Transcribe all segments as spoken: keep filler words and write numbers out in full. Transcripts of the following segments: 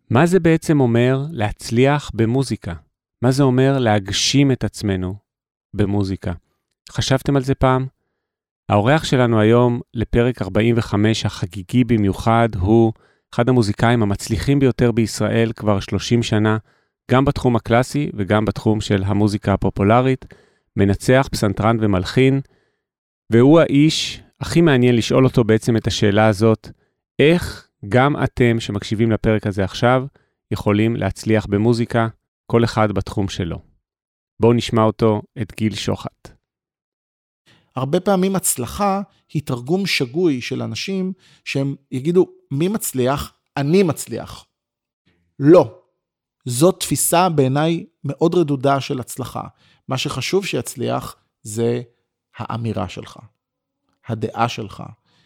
מה זה בעצם אומר להצליח במוזיקה? מה זה אומר להגשים את עצמנו במוזיקה? חשבתם על זה פעם? האורח שלנו היום לפרק ארבעים וחמש החגיגי במיוחד הוא אחד המוזיקאים המצליחים ביותר בישראל כבר שלושים שנה, גם בתחום הקלאסי וגם בתחום של המוזיקה הפופולרית, מנצח, פסנתרן ומלחין, והוא האיש הכי מעניין לשאול אותו בעצם את השאלה הזאת, איך גם אתם שמקשיבים לפרק הזה עכשיו יכולים להצליח במוזיקה, כל אחד בתחום שלו. בואו נשמע אותו, את גיל שוחט. הרבה פעמים הצלחה היא תרגום שגוי של אנשים שהם יגידו, מי מצליח? אני מצליח. לא. זאת תפיסה בעיניי מאוד רדודה של הצלחה. מה שחשוב שיצליח זה האמירה שלך, הדעה שלך,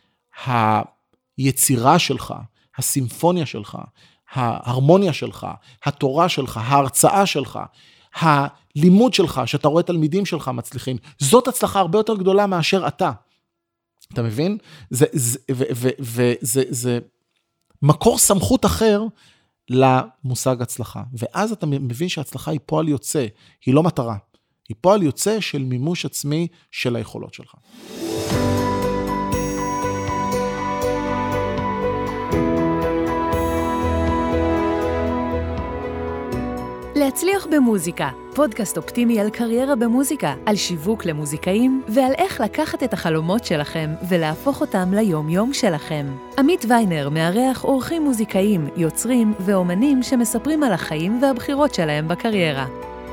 היצירה שלך, הסימפוניה שלך, ההרמוניה שלך, התורה שלך, ההרצאה שלך, הלימוד שלך, שאתה רואה תלמידים שלך מצליחים. זאת הצלחה הרבה יותר גדולה מאשר אתה. אתה מבין? זה, זה, ו, ו, ו, זה, זה מקור סמכות אחר למושג הצלחה. ואז אתה מבין שההצלחה היא פועל יוצא, היא לא מטרה. היא פועל יוצא של מימוש עצמי של היכולות שלך. להצליח במוזיקה, פודקאסט אופטימי על קריירה במוזיקה, על שיווק למוזיקאים ועל איך לקחת את החלומות שלכם ולהפוך אותם ליום-יום שלכם. עמית ויינר מארח אורחים מוזיקאים, יוצרים ואומנים שמספרים על החיים והבחירות שלהם בקריירה.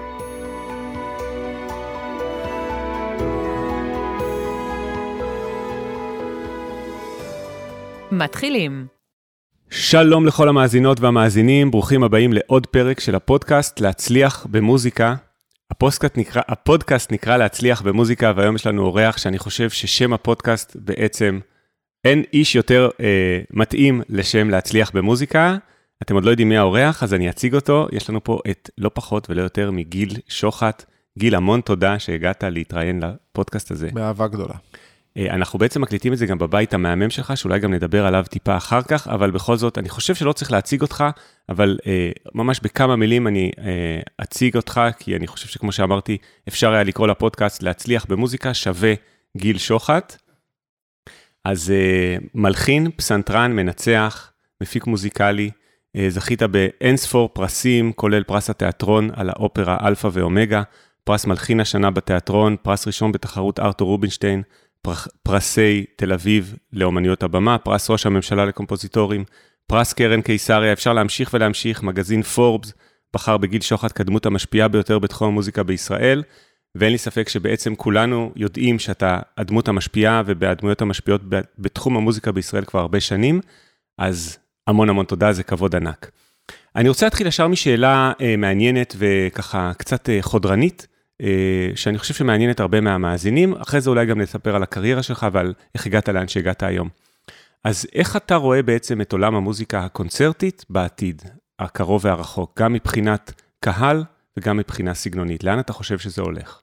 מתחילים. שלום לכל המאזינות והמאזינים, ברוכים הבאים לעוד פרק של הפודקאסט להצליח במוזיקה. הפודקאסט נקרא, הפודקאסט נקרא להצליח במוזיקה, והיום יש לנו אורח שאני חושב ששם הפודקאסט בעצם אין איש יותר אה, מתאים לשם להצליח במוזיקה. אתם עוד לא יודעים מי האורח, אז אני אציג אותו. יש לנו פה את לא פחות ולא יותר מגיל שוחט. גיל, המון תודה שהגעת להתראיין לפודקאסט הזה. באהבה גדולה. אנחנו בעצם מקליטים את זה גם בבית המאמם שלך, שאולי גם נדבר עליו טיפה אחר כך, אבל בכל זאת, אני חושב שלא צריך להציג אותך, אבל אה, ממש בכמה מילים אני אה, אציג אותך, כי אני חושב שכמו שאמרתי, אפשר היה לקרוא לפודקאסט להצליח במוזיקה, שווה גיל שוחט. אז אה, מלחין, פסנתרן, מנצח, מפיק מוזיקלי, אה, זכית באינספור פרסים, כולל פרס התיאטרון על האופרה אלפא ואומגה, פרס מלחין השנה בתיאטרון, פרס ראשון בתחרות ארתור רובינשטיין, פרסי תל אביב לאומניות הבמה, פרס ראש הממשלה לקומפוזיטורים, פרס קרן קיסריה, אפשר להמשיך ולהמשיך, מגזין פורבס, בחר בגיל שוחט כדמות המשפיעה ביותר בתחום המוזיקה בישראל, ואין לי ספק שבעצם כולנו יודעים שאתה הדמות המשפיעה ובהדמויות המשפיעות בתחום המוזיקה בישראל כבר הרבה שנים, אז המון המון תודה, זה כבוד ענק. אני רוצה להתחיל ישר משאלה אה, מעניינת וככה קצת אה, חודרנית, שאני חושב שמעניינת הרבה מהמאזינים, אחרי זה אולי גם נספר על הקריירה שלך ועל איך הגעת לאן שהגעת היום. אז איך אתה רואה בעצם את עולם המוזיקה הקונצרטית בעתיד, הקרוב והרחוק, גם מבחינת קהל וגם מבחינה סגנונית? לאן אתה חושב שזה הולך?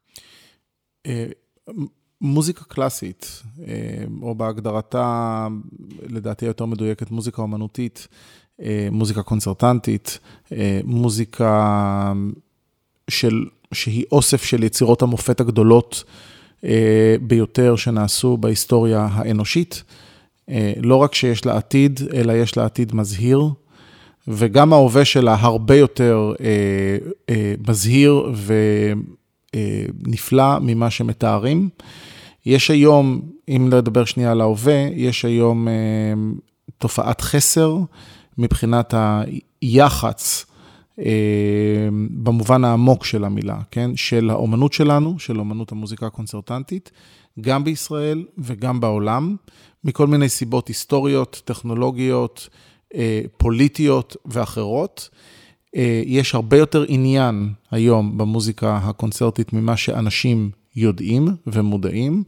מוזיקה קלאסית, או בהגדרתה, לדעתי יותר מדויקת, מוזיקה אומנותית, מוזיקה קונצרטנטית, מוזיקה של... שהיא אוסף של יצירות המופת הגדולות אה, ביותר שנעשו בהיסטוריה האנושית. אה, לא רק שיש לה עתיד, אלא יש לה עתיד מזהיר, וגם ההווה שלה הרבה יותר אה, אה, מזהיר ונפלא אה, ממה שמתארים. יש היום, אם לדבר שנייה על ההווה, יש היום אה, תופעת חסר מבחינת היח"צ, במובן העמוק של המילה, כן? של האומנות שלנו, של אומנות המוזיקה הקונצרטנטית, גם בישראל וגם בעולם, מכל מיני סיבות היסטוריות, טכנולוגיות, פוליטיות ואחרות. יש הרבה יותר עניין היום במוזיקה הקונצרטית ממה שאנשים יודעים ומודעים,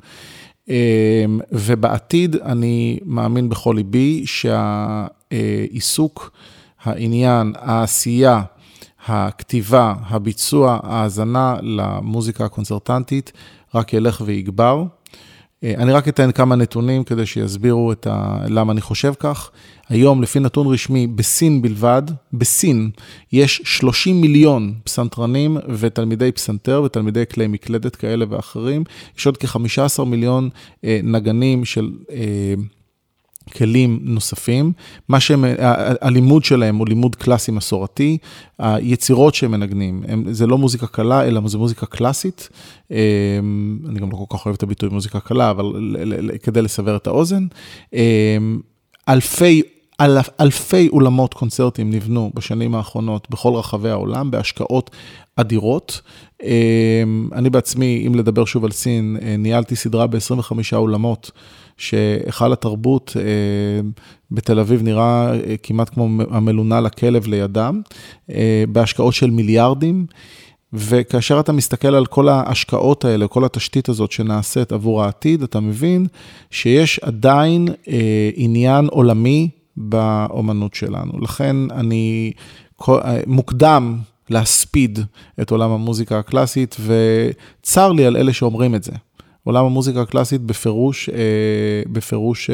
ובעתיד אני מאמין בכל ליבי שהעיסוק, העניין, העשייה, הכתיבה, הביצוע, ההאזנה למוזיקה הקונצרטנטית רק ילך ויגבר. אני רק אתן כמה נתונים כדי שיסבירו את ה... למה אני חושב כך. היום, לפי נתון רשמי, בסין בלבד, בסין יש שלושים מיליון פסנתרנים ותלמידי פסנתר ותלמידי כלי מקלדת כאלה ואחרים. יש עוד כ-חמישה עשר מיליון אה, נגנים של אה, כלים נוספים. מה שהם, הלימוד שלהם הוא לימוד קלאסי מסורתי. היצירות שהם מנגנים, הם, זה לא מוזיקה קלה, אלא זה מוזיקה קלאסית. אה, אני גם לא כל כך אוהב את הביטוי מוזיקה קלה, אבל ל- ל- כדי לסבר את האוזן. אה, אלפי אלף, אלפי אולמות קונצרטים נבנו בשנים האחרונות בכל רחבי העולם, בהשקעות אדירות. אני בעצמי, אם לדבר שוב על סין, ניהלתי סדרה ב-עשרים וחמישה אולמות, שהיכל התרבות בתל אביב נראה כמעט כמו המלונה לכלב לידם, בהשקעות של מיליארדים, וכאשר אתה מסתכל על כל ההשקעות האלה, כל התשתית הזאת שנעשית עבור העתיד, אתה מבין שיש עדיין עניין עולמי, באומנות שלנו. לכן אני מוקדם להספיד את עולם המוזיקה הקלאסית, וצר לי על אלה שאומרים את זה. עולם המוזיקה הקלאסית בפירוש, בפירוש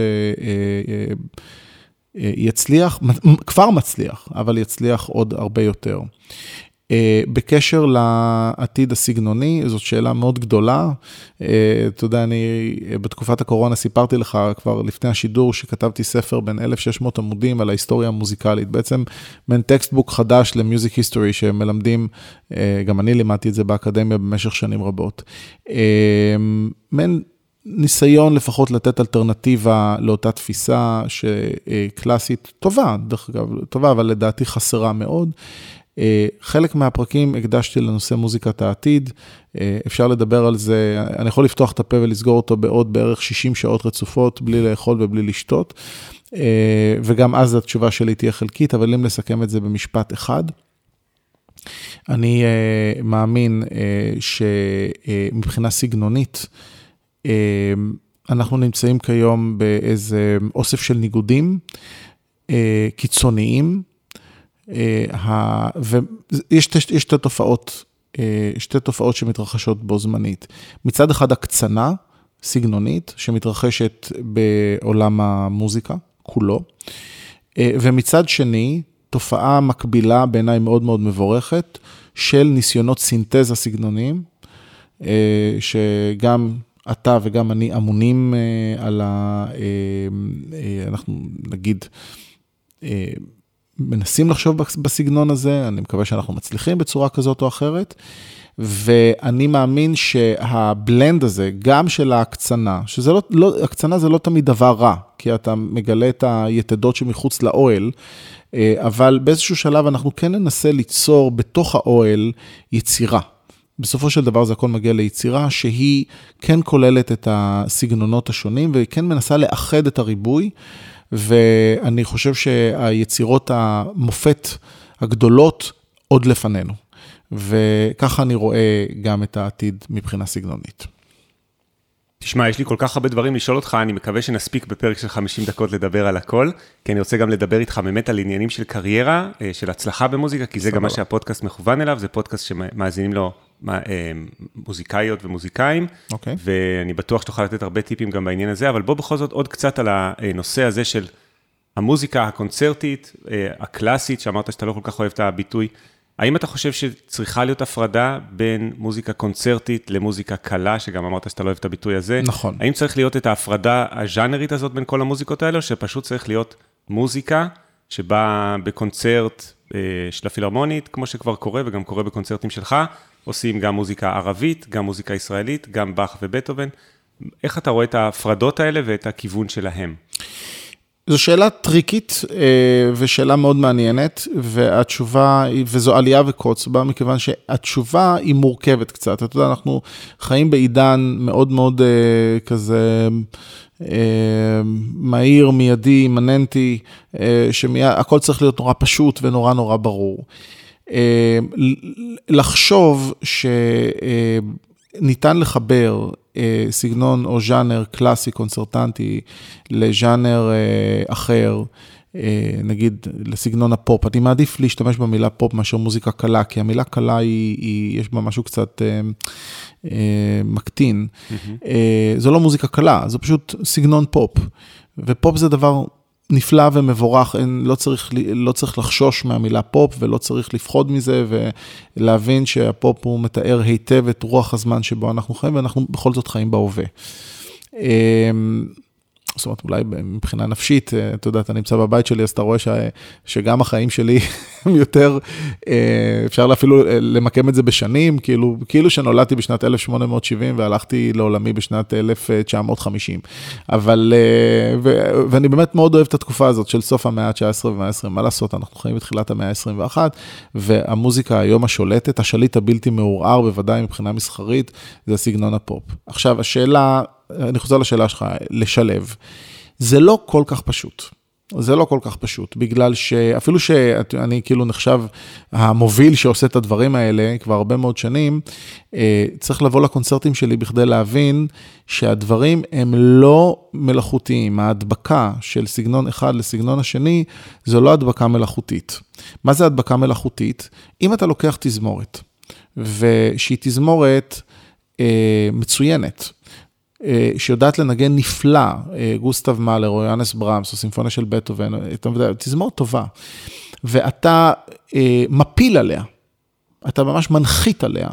יצליח, כבר מצליח, אבל יצליח עוד הרבה יותר. בקשר לעתיד הסגנוני, זאת שאלה מאוד גדולה. אתה יודע, אני בתקופת הקורונה סיפרתי לך כבר לפני השידור שכתבתי ספר בין אלף ושש מאות עמודים על ההיסטוריה המוזיקלית. בעצם מן טקסטבוק חדש למיוזיק היסטורי שמלמדים, גם אני לימדתי את זה באקדמיה במשך שנים רבות. מן ניסיון לפחות לתת אלטרנטיבה לאותה תפיסה שקלאסית טובה, דרך אגב, טובה, אבל לדעתי חסרה מאוד. חלק מהפרקים הקדשתי לנושא מוזיקת העתיד, אפשר לדבר על זה, אני יכול לפתוח את הפה ולסגור אותו בעוד בערך שישים שעות רצופות, בלי לאכול ובלי לשתות, וגם אז התשובה שלי תהיה חלקית, אבל אם לסכם את זה במשפט אחד, אני מאמין שמבחינה סגנונית, אנחנו נמצאים כיום באיזה אוסף של ניגודים קיצוניים, ויש שתי תופעות, שתי תופעות שמתרחשות בו זמנית. מצד אחד הקצנה סגנונית שמתרחשת בעולם המוזיקה כולו, ומצד שני תופעה מקבילה בעיניי מאוד מאוד מבורכת של ניסיונות סינתזה סגנוניים, שגם אתה וגם אני אמונים על ה... אנחנו נגיד... מנסים לחשוב בסגנון הזה, אני מקווה שאנחנו מצליחים בצורה כזאת או אחרת, ואני מאמין שהבלנד הזה, גם של ההקצנה, שזה לא, לא, הקצנה זה לא תמיד דבר רע, כי אתה מגלה את היתדות שמחוץ לאוהל, אבל באיזשהו שלב אנחנו כן ננסה ליצור בתוך האוהל יצירה. בסופו של דבר זה הכל מגיע ליצירה שהיא כן כוללת את הסגנונות השונים, וכן מנסה לאחד את הריבוי, ואני חושב שהיצירות המופת הגדולות עוד לפנינו. וככה אני רואה גם את העתיד מבחינה סגנונית. תשמע, יש לי כל כך הרבה דברים לשאול אותך, אני מקווה שנספיק בפרק של חמישים דקות לדבר על הכל, כי אני רוצה גם לדבר איתך באמת על עניינים של קריירה, של הצלחה במוזיקה, כי זה גם מה שהפודקאסט מכוון אליו, זה פודקאסט שמאזינים לו מוזיקאיות ומוזיקאים, okay. ואני בטוח שתוכל לתת הרבה טיפים גם בעניין הזה, אבל בוא בכל זאת עוד קצת על הנושא הזה של המוזיקה הקונצרטית, הקלאסית, שאמרת שאתה לא כל כך אוהב את הביטוי, האם אתה חושב שצריכה להיות הפרדה בין מוזיקה קונצרטית למוזיקה קלה, שגם אמרת שאתה לא אוהב את הביטוי הזה? נכון. האם צריך להיות את ההפרדה הז'אנרית הזאת בין כל המוזיקות האלה, או שפשוט צריך להיות מוזיקה שבאה בקונצרט של הפילהרמונית, כמו שכבר קורה וגם קורה בקונצרטים שלך, עושים גם מוזיקה ערבית, גם מוזיקה ישראלית, גם באך ובטהובן. איך אתה רואה את ההפרדות האלה ואת הכיוון שלהם? זו שאלה טריקית ושאלה מאוד מעניינת, והתשובה, וזו עלייה וקוץ בה, מכיוון שהתשובה היא מורכבת קצת. אתה יודע, אנחנו חיים בעידן מאוד מאוד כזה מהיר, מיידי, אימננטי, שהכל צריך להיות נורא פשוט ונורא נורא ברור. לחשוב שניתן לחבר סגנון או ז'אנר קלאסי קונצרטנטי לז'אנר אחר, נגיד לסגנון הפופ, אני מעדיף להשתמש במילה פופ מאשר מוזיקה קלה, כי המילה קלה היא, היא יש בה משהו קצת אה, אה, מקטין. Mm-hmm. אה, זו לא מוזיקה קלה, זו פשוט סגנון פופ. ופופ זה דבר נפלא ומבורך, אין, לא צריך, לא צריך לחשוש מהמילה פופ, ולא צריך לפחוד מזה, ולהבין שהפופ הוא מתאר היטב את רוח הזמן שבו אנחנו חיים, ואנחנו בכל זאת חיים בהווה. אה, זאת אומרת, אולי מבחינה נפשית, אתה יודע, אתה נמצא בבית שלי, אז אתה רואה ש... שגם החיים שלי הם יותר, אפשר אפילו למקם את זה בשנים, כאילו, כאילו שנולדתי בשנת אלף שמונה מאות שבעים, והלכתי לעולמי בשנת אלף תשע מאות חמישים. אבל, ו... ואני באמת מאוד אוהב את התקופה הזאת, של סוף המאה ה-תשע עשרה והמאה ה-עשרים, מה לעשות, אנחנו חיים בתחילת המאה ה-עשרים ואחת, והמוזיקה היום השולטת, השליט הבלתי מעורער, בוודאי מבחינה מסחרית, זה סגנון הפופ. עכשיו, השאלה, אני חוזר לשאלה שלך, לשלב. זה לא כל כך פשוט. זה לא כל כך פשוט, בגלל שאפילו שאני כאילו נחשב המוביל שעושה את הדברים האלה כבר הרבה מאוד שנים, צריך לבוא לקונצרטים שלי בכדי להבין שהדברים הם לא מלאכותיים. ההדבקה של סגנון אחד לסגנון השני, זו לא הדבקה מלאכותית. מה זה הדבקה מלאכותית? אם אתה לוקח תזמורת, ושהיא תזמורת מצוינת, שיודעת לנגן נפלא, גוסטב מאלר או יוהנס ברמס או סימפוניה של בטהובן, תזמורת טובה, ואתה מפיל עליה, אתה ממש מנחית עליה,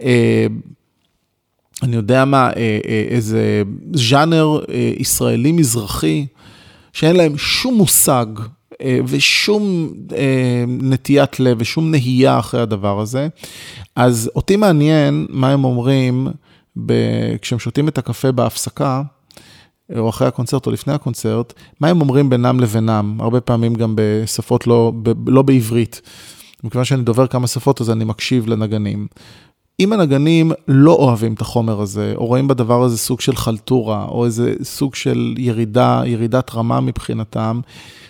אני יודע מה, איזה ז'אנר ישראלי מזרחי, שאין להם שום מושג, ושום נטיית לב, ושום נהייה אחרי הדבר הזה, אז אותי מעניין מה הם אומרים, כשהם שותים את הקפה בהפסקה, או אחרי הקונצרט או לפני הקונצרט, מה הם אומרים בינם לבינם, הרבה פעמים גם בשפות לא, ב, לא בעברית. מכיוון שאני דובר כמה שפות, אז אני מקשיב לנגנים. אם הנגנים לא אוהבים את החומר הזה, או רואים בדבר הזה סוג של חלטורה, או איזה סוג של ירידה, ירידת רמה מבחינתם,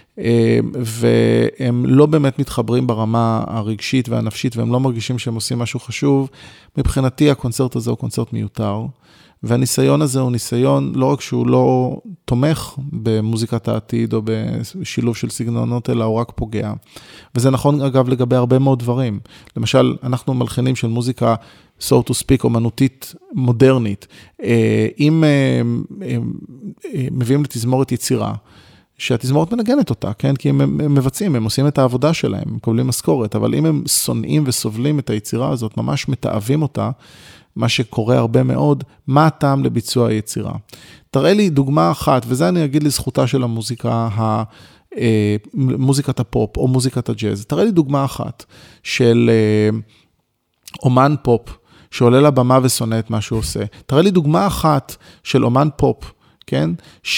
והם לא באמת מתחברים ברמה הרגשית והנפשית, והם לא מרגישים שהם עושים משהו חשוב, מבחינתי הקונצרט הזה הוא קונצרט מיותר, והניסיון הזה הוא ניסיון, לא רק שהוא לא תומך במוזיקת העתיד, או בשילוב של סגנונות, אלא הוא רק פוגע. וזה נכון אגב לגבי הרבה מאוד דברים. למשל, אנחנו מלחינים של מוזיקה, so to speak, אומנותית מודרנית. אם מביאים לתזמורת יצירה, שהתזמורת מנגנת אותה, כן? כי הם, הם מבצעים, הם עושים את העבודה שלהם, הם מקבלים משכורת, אבל אם הם שונאים וסובלים את היצירה הזאת, ממש מתאהבים אותה, מה שקורה הרבה מאוד, מה הטעם לביצוע היצירה? תראה לי דוגמה אחת, וזה אני אגיד לזכותה של המוזיקה, מוזיקת הפופ או מוזיקת הג'אז, תראה לי דוגמה אחת של אומן פופ, שעולה לבמה ושונא את מה שהוא עושה. תראה לי דוגמה אחת של אומן פופ, כן?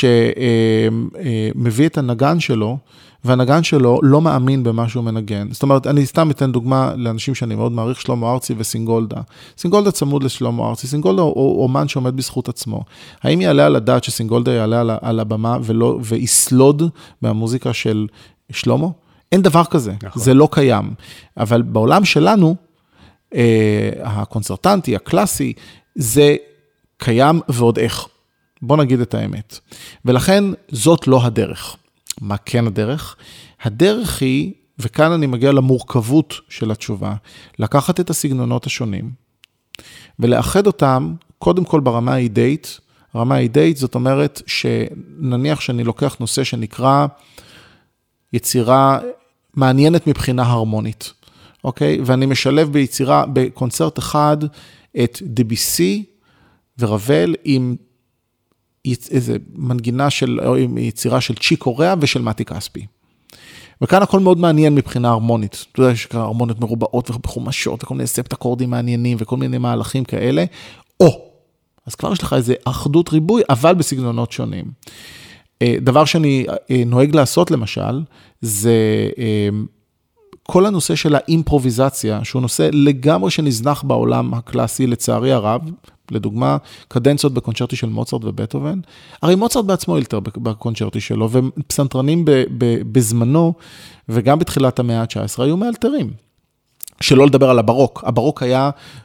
שמביא את הנגן שלו, והנגן שלו לא מאמין במה שהוא מנגן. זאת אומרת, אני סתם אתן דוגמה לאנשים שאני מאוד מעריך, שלמה ארצי וסינגולדה. סינגולדה צמוד לשלמה ארצי, סינגולדה הוא אומן שעומד בזכות עצמו. האם יעלה על הדעת שסינגולדה יעלה על, על הבמה ולא, ויסלוד מהמוזיקה של שלמה? אין דבר כזה, נכון. זה לא קיים. אבל בעולם שלנו, אה, הקונצרטנטי, הקלאסי, זה קיים ועוד איך. בוא נגיד את האמת. ולכן זאת לא הדרך. מה כן הדרך? הדרך היא, וכאן אני מגיע למורכבות של התשובה, לקחת את הסגנונות השונים, ולאחד אותם, קודם כל ברמה האידאית, הרמה האידאית זאת אומרת, שנניח שאני לוקח נושא שנקרא יצירה מעניינת מבחינה הרמונית, אוקיי? ואני משלב ביצירה, בקונצרט אחד, את דביסי ורבל עם איזה מנגינה של, או יצירה של צ'יק קוריאה ושל מתי כספי. וכאן הכל מאוד מעניין מבחינה הרמונית. אתה יודע, יש כאן הרמוניות מרובעות וחומשות, וכל מיני ספט אקורדים מעניינים, וכל מיני מהלכים כאלה. או, אז כבר יש לך איזה אחדות ריבוי, אבל בסגנונות שונים. דבר שאני נוהג לעשות למשל, זה כל הנושא של האימפרוביזציה, שהוא נושא לגמרי שנזנח בעולם הקלאסי, לצערי הרב, לדוגמה, קדנציות בקונצ'רטי של מוצרט ובטהובן, הרי מוצרט בעצמו ילתר בקונצ'רטי שלו, ופסנתרנים בזמנו, וגם בתחילת המאה ה-תשע עשרה, היו מאלתרים. שלא לדבר על הברוק. הברוק היה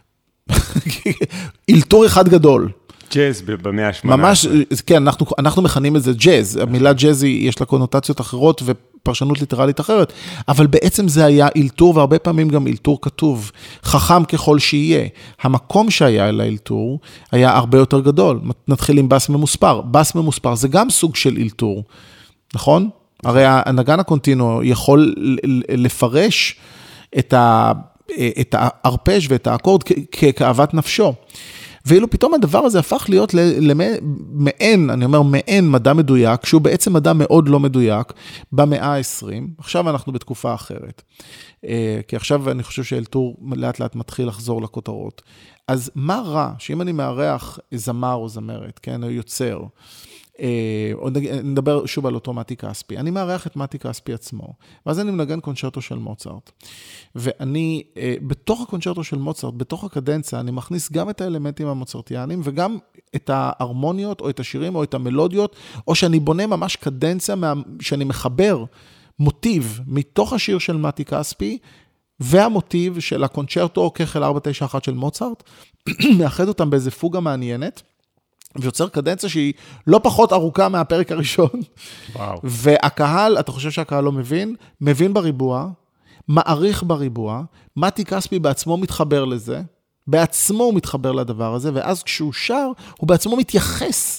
אילתור אחד גדול. ג'אז במאה ה-שמונה עשרה. ממש, כן, אנחנו, אנחנו מכנים את זה ג'אז. המילה ג'אז יש לה קונוטציות אחרות, פרשנות ליטרלית אחרת, אבל בעצם זה היה אילתור, והרבה פעמים גם אילתור כתוב, חכם ככל שיהיה. המקום שהיה אל האילתור היה הרבה יותר גדול. נתחיל עם בס ממוספר. בס ממוספר זה גם סוג של אילתור, נכון? הרי הנגן הקונטינו יכול לפרש את ה... את הארפש ואת האקורד כאוות נפשו. ואילו פתאום הדבר הזה הפך להיות למעין, אני אומר מעין מדע מדויק, שהוא בעצם מדע מאוד לא מדויק, במאה ה-עשרים. עכשיו אנחנו בתקופה אחרת. כי עכשיו אני חושב שאלתור לאט לאט מתחיל לחזור לכותרות. אז מה רע, שאם אני מארח זמר או זמרת, כן, או יוצר, או נדבר שוב על אותו מתי כספי, אני מארח את מתי כספי עצמו, ואז אני מנגן קונצ'רטו של מוצרט, ואני, בתוך הקונצ'רטו של מוצרט, בתוך הקדנציה, אני מכניס גם את האלמנטים המוצרטיאנים, וגם את ההרמוניות, או את השירים, או את המלודיות, או שאני בונה ממש קדנציה, שאני מחבר מוטיב מתוך השיר של מתי כספי, והמוטיב של הקונצ'רטו, כחל ארבע תשע אחת של מוצרט, מאחד אותם באיזה פוגה מעניינת, ויוצר קדנציה שהיא לא פחות ארוכה מהפרק הראשון. וואו. והקהל, אתה חושב שהקהל לא מבין? מבין בריבוע, מעריך בריבוע, מתי כספי בעצמו מתחבר לזה, בעצמו הוא מתחבר לדבר הזה, ואז כשהוא שר, הוא בעצמו מתייחס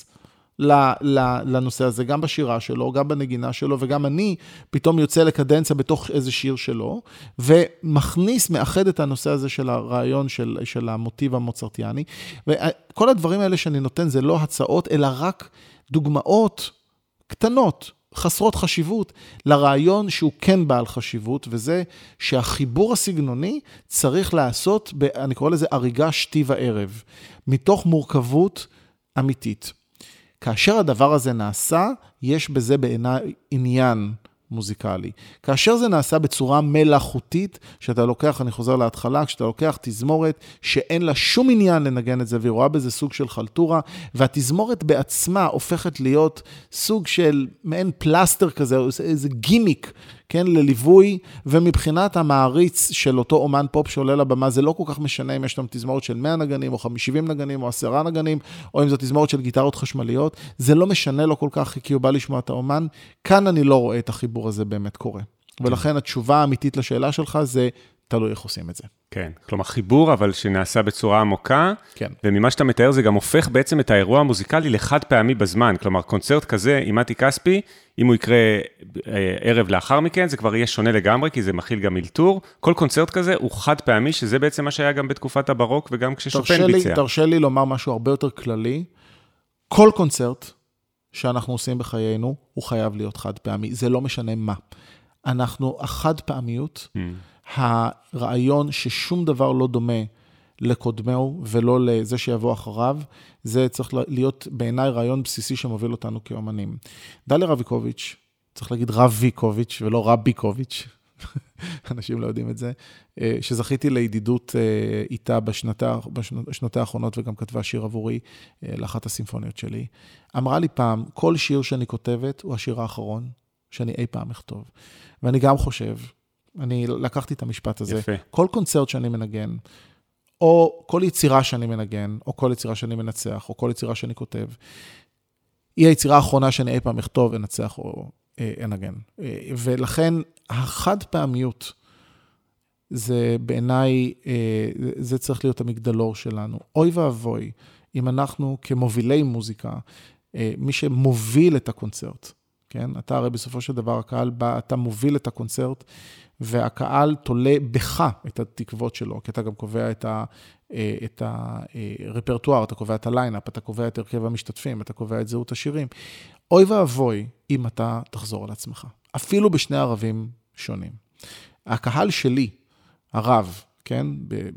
לנושא הזה, גם בשירה שלו, גם בנגינה שלו, וגם אני פתאום יוצא לקדנציה בתוך איזה שיר שלו, ומכניס, מאחד את הנושא הזה של הרעיון של, של המוטיב המוצרטיאני, וכל הדברים האלה שאני נותן זה לא הצעות, אלא רק דוגמאות קטנות, חסרות חשיבות, לרעיון שהוא כן בעל חשיבות, וזה שהחיבור הסגנוני צריך לעשות, אני קורא לזה אריגה שתי וערב, מתוך מורכבות אמיתית. כאשר הדבר הזה נעשה, יש בזה בעיניי עניין מוזיקלי. כאשר זה נעשה בצורה מלאכותית, שאתה לוקח, אני חוזר להתחלה, כשאתה לוקח תזמורת שאין לה שום עניין לנגן את זה, והיא רואה בזה סוג של חלטורה, והתזמורת בעצמה הופכת להיות סוג של מעין פלסטר כזה, איזה גימיק, כן, לליווי, ומבחינת המעריץ של אותו אומן פופ שעולה לבמה, זה לא כל כך משנה אם יש שם תזמורת של מאה נגנים, או חמישים נגנים, או עשרה נגנים, או אם זו תזמורת של גיטרות חשמליות, זה לא משנה לו כל כך, כי הוא בא לשמוע את האומן. כאן אני לא רואה את החיבור הזה באמת קורה. ולכן התשובה האמיתית לשאלה שלך זה, תלוי איך עושים את זה. כן, כלומר חיבור, אבל שנעשה בצורה עמוקה, כן. וממה שאתה מתאר זה גם הופך בעצם את האירוע המוזיקלי לחד פעמי בזמן, כלומר קונצרט כזה עם מתי כספי, אם הוא יקרה ערב לאחר מכן, זה כבר יהיה שונה לגמרי, כי זה מכיל גם אילתור, כל קונצרט כזה הוא חד פעמי, שזה בעצם מה שהיה גם בתקופת הברוק, וגם כששופן ביצע. תרשה לי לומר משהו הרבה יותר כללי, כל קונצרט שאנחנו עושים בחיינו, הוא חייב להיות חד פעמי, זה לא משנה מה. אנחנו, החד פעמיות, mm. הרעיון ששום דבר לא דומה לקודמהו ולא לזה שיבוא אחריו, זה צריך להיות בעיניי רעיון בסיסי שמוביל אותנו כאומנים. דליה רביקוביץ', צריך להגיד רביקוביץ' ולא רביקוביץ', אנשים לא יודעים את זה, שזכיתי לידידות איתה בשנותי האחרונות וגם כתבה שיר עבורי לאחת הסימפוניות שלי. אמרה לי פעם, כל שיר שאני כותבת הוא השיר האחרון שאני אי פעם אכתוב. ואני גם חושב, אני לקחתי את המשפט הזה, יפה. כל קונצרט שאני מנגן, או כל יצירה שאני מנגן, או כל יצירה שאני מנצח, או כל יצירה שאני כותב, היא היצירה האחרונה שאני אי פעם אכתוב, אנצח או אנגן. ולכן החד פעמיות, זה בעיניי, זה צריך להיות המגדלור שלנו. אוי ואבוי, אם אנחנו כמובילי מוזיקה, מי שמוביל את הקונצרט, כן? אתה הרי בסופו של דבר, הקהל בא, אתה מוביל את הקונצרט, והקהל תולה בך את התקוות שלו, כי אתה גם קובע את ה, את הרפרטואר, אתה קובע את הליינאפ, אתה קובע את הרכב המשתתפים, אתה קובע את זהות השירים. אוי ואבוי אם אתה תחזור על עצמך, אפילו בשני ערבים שונים. הקהל שלי, הרב, כן,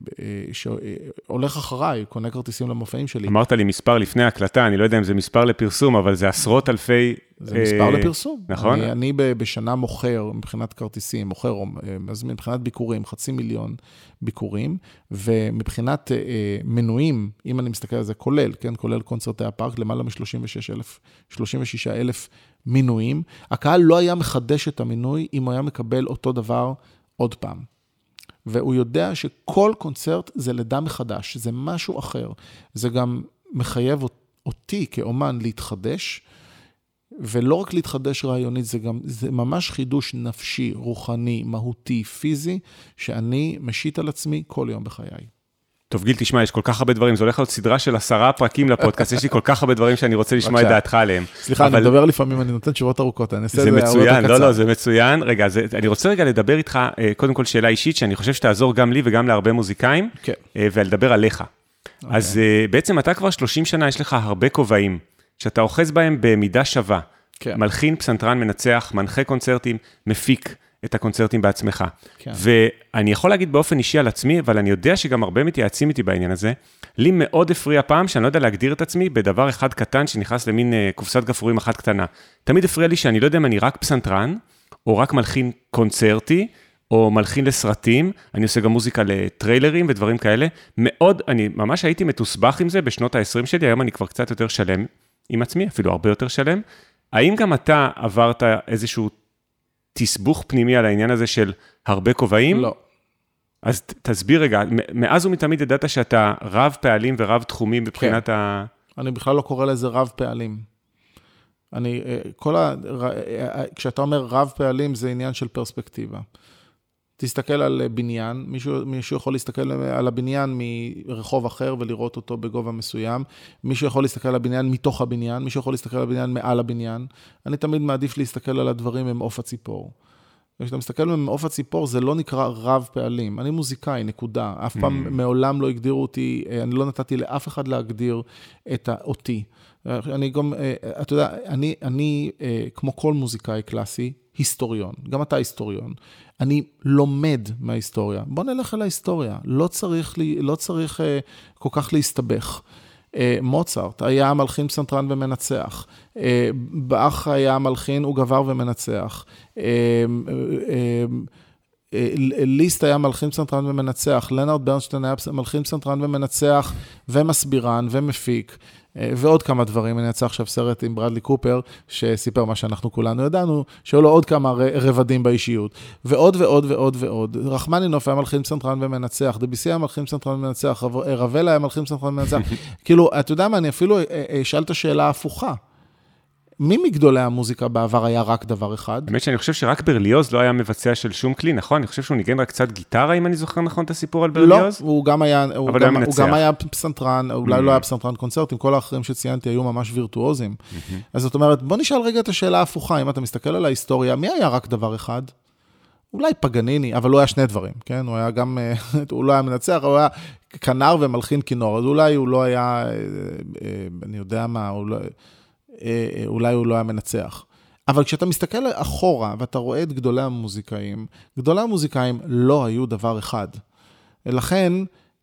שהולך אחריי, קונה כרטיסים למופעים שלי. אמרת לי מספר לפני הקלטה, אני לא יודע אם זה מספר לפרסום, אבל זה עשרות אלפי... זה מספר לפרסום. נכון. אני, אני בשנה מוכר, מבחינת כרטיסים, מוכר, אז מבחינת ביקורים, חצי מיליון ביקורים, ומבחינת מנויים, אם אני מסתכל על זה, כולל, כן, כולל קונצרטי הפארק, למעלה מ-שלושים ושישה אלף מנויים. הקהל לא היה מחדש את המנוי, אם הוא היה מקבל אותו דבר עוד פעם. והוא יודע שכל קונצרט זה לידה מחדש, זה משהו אחר. זה גם מחייב אותי כאומן להתחדש, ולא רק להתחדש רעיונית, זה גם, זה ממש חידוש נפשי, רוחני, מהותי, פיזי, שאני משית על עצמי כל יום בחיי. טוב, גיל, תשמע, יש כל כך הרבה דברים, זה הולך להיות סדרה של עשרה פרקים לפודקאסט, יש לי כל כך הרבה דברים שאני רוצה לשמוע את דעתך עליהם. סליחה, אני מדבר לפעמים, אני נותן תשובות ארוכות, אני אעשה זה מצוין, לא, לא, זה מצוין. רגע, אני רוצה רגע לדבר איתך, קודם כל שאלה אישית, שאני חושב שתעזור גם לי וגם להרבה מוזיקאים, ולדבר עליך. אז בעצם אתה כבר שלושים שנה, יש לך הרבה כובעים, שאתה אוחז בהם במידה שווה. מלחין, פסנתרן, מנצח, מנחה קונצרטים, מפיק את הקונצרטים בעצמך. כן. ואני יכול להגיד באופן אישי על עצמי, אבל אני יודע שגם הרבה מתייעצים איתי בעניין הזה. לי מאוד הפריע פעם שאני לא יודע להגדיר את עצמי בדבר אחד קטן שנכנס למין קופסת גפרורים אחת קטנה. תמיד הפריע לי שאני לא יודע אם אני רק פסנתרן, או רק מלחין קונצרטי, או מלחין לסרטים, אני עושה גם מוזיקה לטריילרים ודברים כאלה. מאוד, אני ממש הייתי מתוסבך עם זה בשנות ה-עשרים שלי, היום אני כבר קצת יותר שלם עם עצמי, אפילו הרבה יותר שלם. האם גם אתה עברת איזשהו תסבוך פנימי על העניין הזה של הרבה כובעים? לא. אז תסביר רגע, מאז ומתמיד ידעת שאתה רב פעלים ורב תחומים מבחינת כן. ה... אני בכלל לא קורא לזה רב פעלים. אני, כל ה... כשאתה אומר רב פעלים זה עניין של פרספקטיבה. תסתכל על בניין, מישהו, מישהו יכול להסתכל על הבניין מרחוב אחר ולראות אותו בגובה מסוים, מישהו יכול להסתכל על הבניין מתוך הבניין, מישהו יכול להסתכל על הבניין מעל הבניין, אני תמיד מעדיף להסתכל על הדברים ממעוף הציפור. כשאתה מסתכל ממעוף הציפור זה לא נקרא רב פעלים, אני מוזיקאי, נקודה, אף פעם mm. מעולם לא הגדירו אותי, אני לא נתתי לאף אחד להגדיר את אותי. אני גם, אתה יודע, אני, אני כמו כל מוזיקאי קלאסי, היסטוריון, גם אתה היסטוריון. אני לומד מההיסטוריה. בוא נלך על ההיסטוריה. לא צריך, לא צריך uh, כל כך להסתבך. Uh, מוצרט היה מלחין פסנתרן ומנצח. Uh, באך היה מלחין וגבר ומנצח. Uh, uh, uh, ליסט היה מלחין פסנתרן ומנצח. לנארד ברנשטיין היה מלחין פסנתרן ומנצח ומסבירן ומפיק. ועוד כמה דברים, אני יצא עכשיו סרט עם ברדלי קופר, שסיפר מה שאנחנו כולנו ידענו, שהיו לו עוד כמה רבדים באישיות, ועוד ועוד ועוד ועוד. רחמנינוף היה מלחין פסנתרן ומנצח, דביסי היה מלחין פסנתרן ומנצח, רבל היה מלחין פסנתרן ומנצח. כאילו, אתה יודע מה, אני אפילו אשאל את השאלה ההפוכה. מי מגדולי המוזיקה בעבר היה רק דבר אחד? באמת שאני חושב שרק ברליוז לא היה מבצע של שום כלי, נכון? אני חושב שהוא ניגן רק קצת גיטרה, אם אני זוכר נכון את הסיפור על ברליוז? לא, הוא גם היה, הוא גם, הוא גם היה פסנתרן, אולי mm-hmm. לא היה פסנתרן קונצרטים, כל האחרים שציינתי היו ממש וירטואוזים. Mm-hmm. אז זאת אומרת, בוא נשאל רגע את השאלה ההפוכה, אם אתה מסתכל על ההיסטוריה, מי היה רק דבר אחד? אולי פגניני, אבל לא היה שני דברים, כן? הוא היה גם, הוא לא היה מנצח, הוא היה כנר ומלחין כינור, אז אולי הוא לא היה, אני יודע מה, הוא לא... אולי הוא לא היה מנצח. אבל כשאתה מסתכל אחורה, ואתה רואה את גדולי המוזיקאים, גדולי המוזיקאים לא היו דבר אחד. לכן,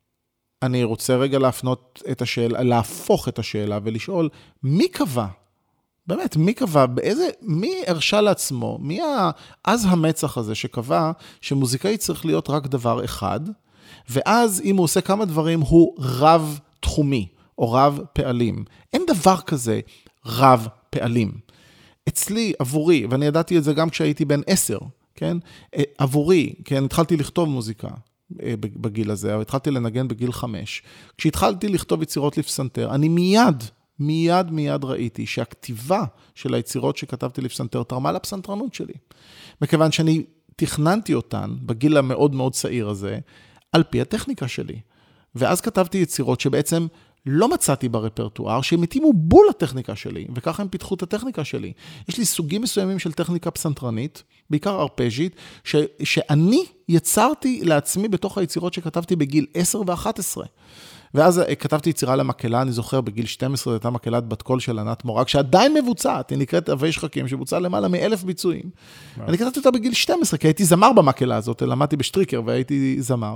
אני רוצה רגע להפנות את השאלה, להפוך את השאלה, ולשאול, מי קבע? באמת, מי קבע? באיזה, מי הרשה לעצמו? מי אז המצח הזה שקבע, שמוזיקאי צריך להיות רק דבר אחד, ואז אם הוא עושה כמה דברים, הוא רב תחומי, או רב פעלים. אין דבר כזה, רב פעלים. אצלי, עבורי, ואני ידעתי את זה גם כשהייתי בן עשר, כן? עבורי, כן, התחלתי לכתוב מוזיקה בגיל הזה, אבל התחלתי לנגן בגיל חמש. כשהתחלתי לכתוב יצירות לפסנתר, אני מיד, מיד, מיד ראיתי שהכתיבה של היצירות שכתבתי לפסנתר תרמה לפסנתרנות שלי. מכיוון שאני תכננתי אותן בגיל המאוד מאוד צעיר הזה, על פי הטכניקה שלי. ואז כתבתי יצירות שבעצם לא מצאתי ברפרטואר, שהם התאימו בול לטכניקה שלי, וככה הם פיתחו את הטכניקה שלי. יש לי סוגים מסוימים של טכניקה פסנתרנית, בעיקר ארפז'ית, ש- שאני יצרתי לעצמי בתוך היצירות שכתבתי בגיל עשר ואחת עשרה. ואז כתבתי יצירה למקהלה, אני זוכר בגיל שתים עשרה, הייתה מקהלת בת קול של ענת מורג, שעדיין מבוצעת, היא נקראת אבי שחקים, שבוצעה למעלה מאלף ביצועים. אני כתבתי אותה בגיל שתים עשרה, כי הייתי זמר במקהלה הזאת, למדתי בשטריקר והייתי זמר.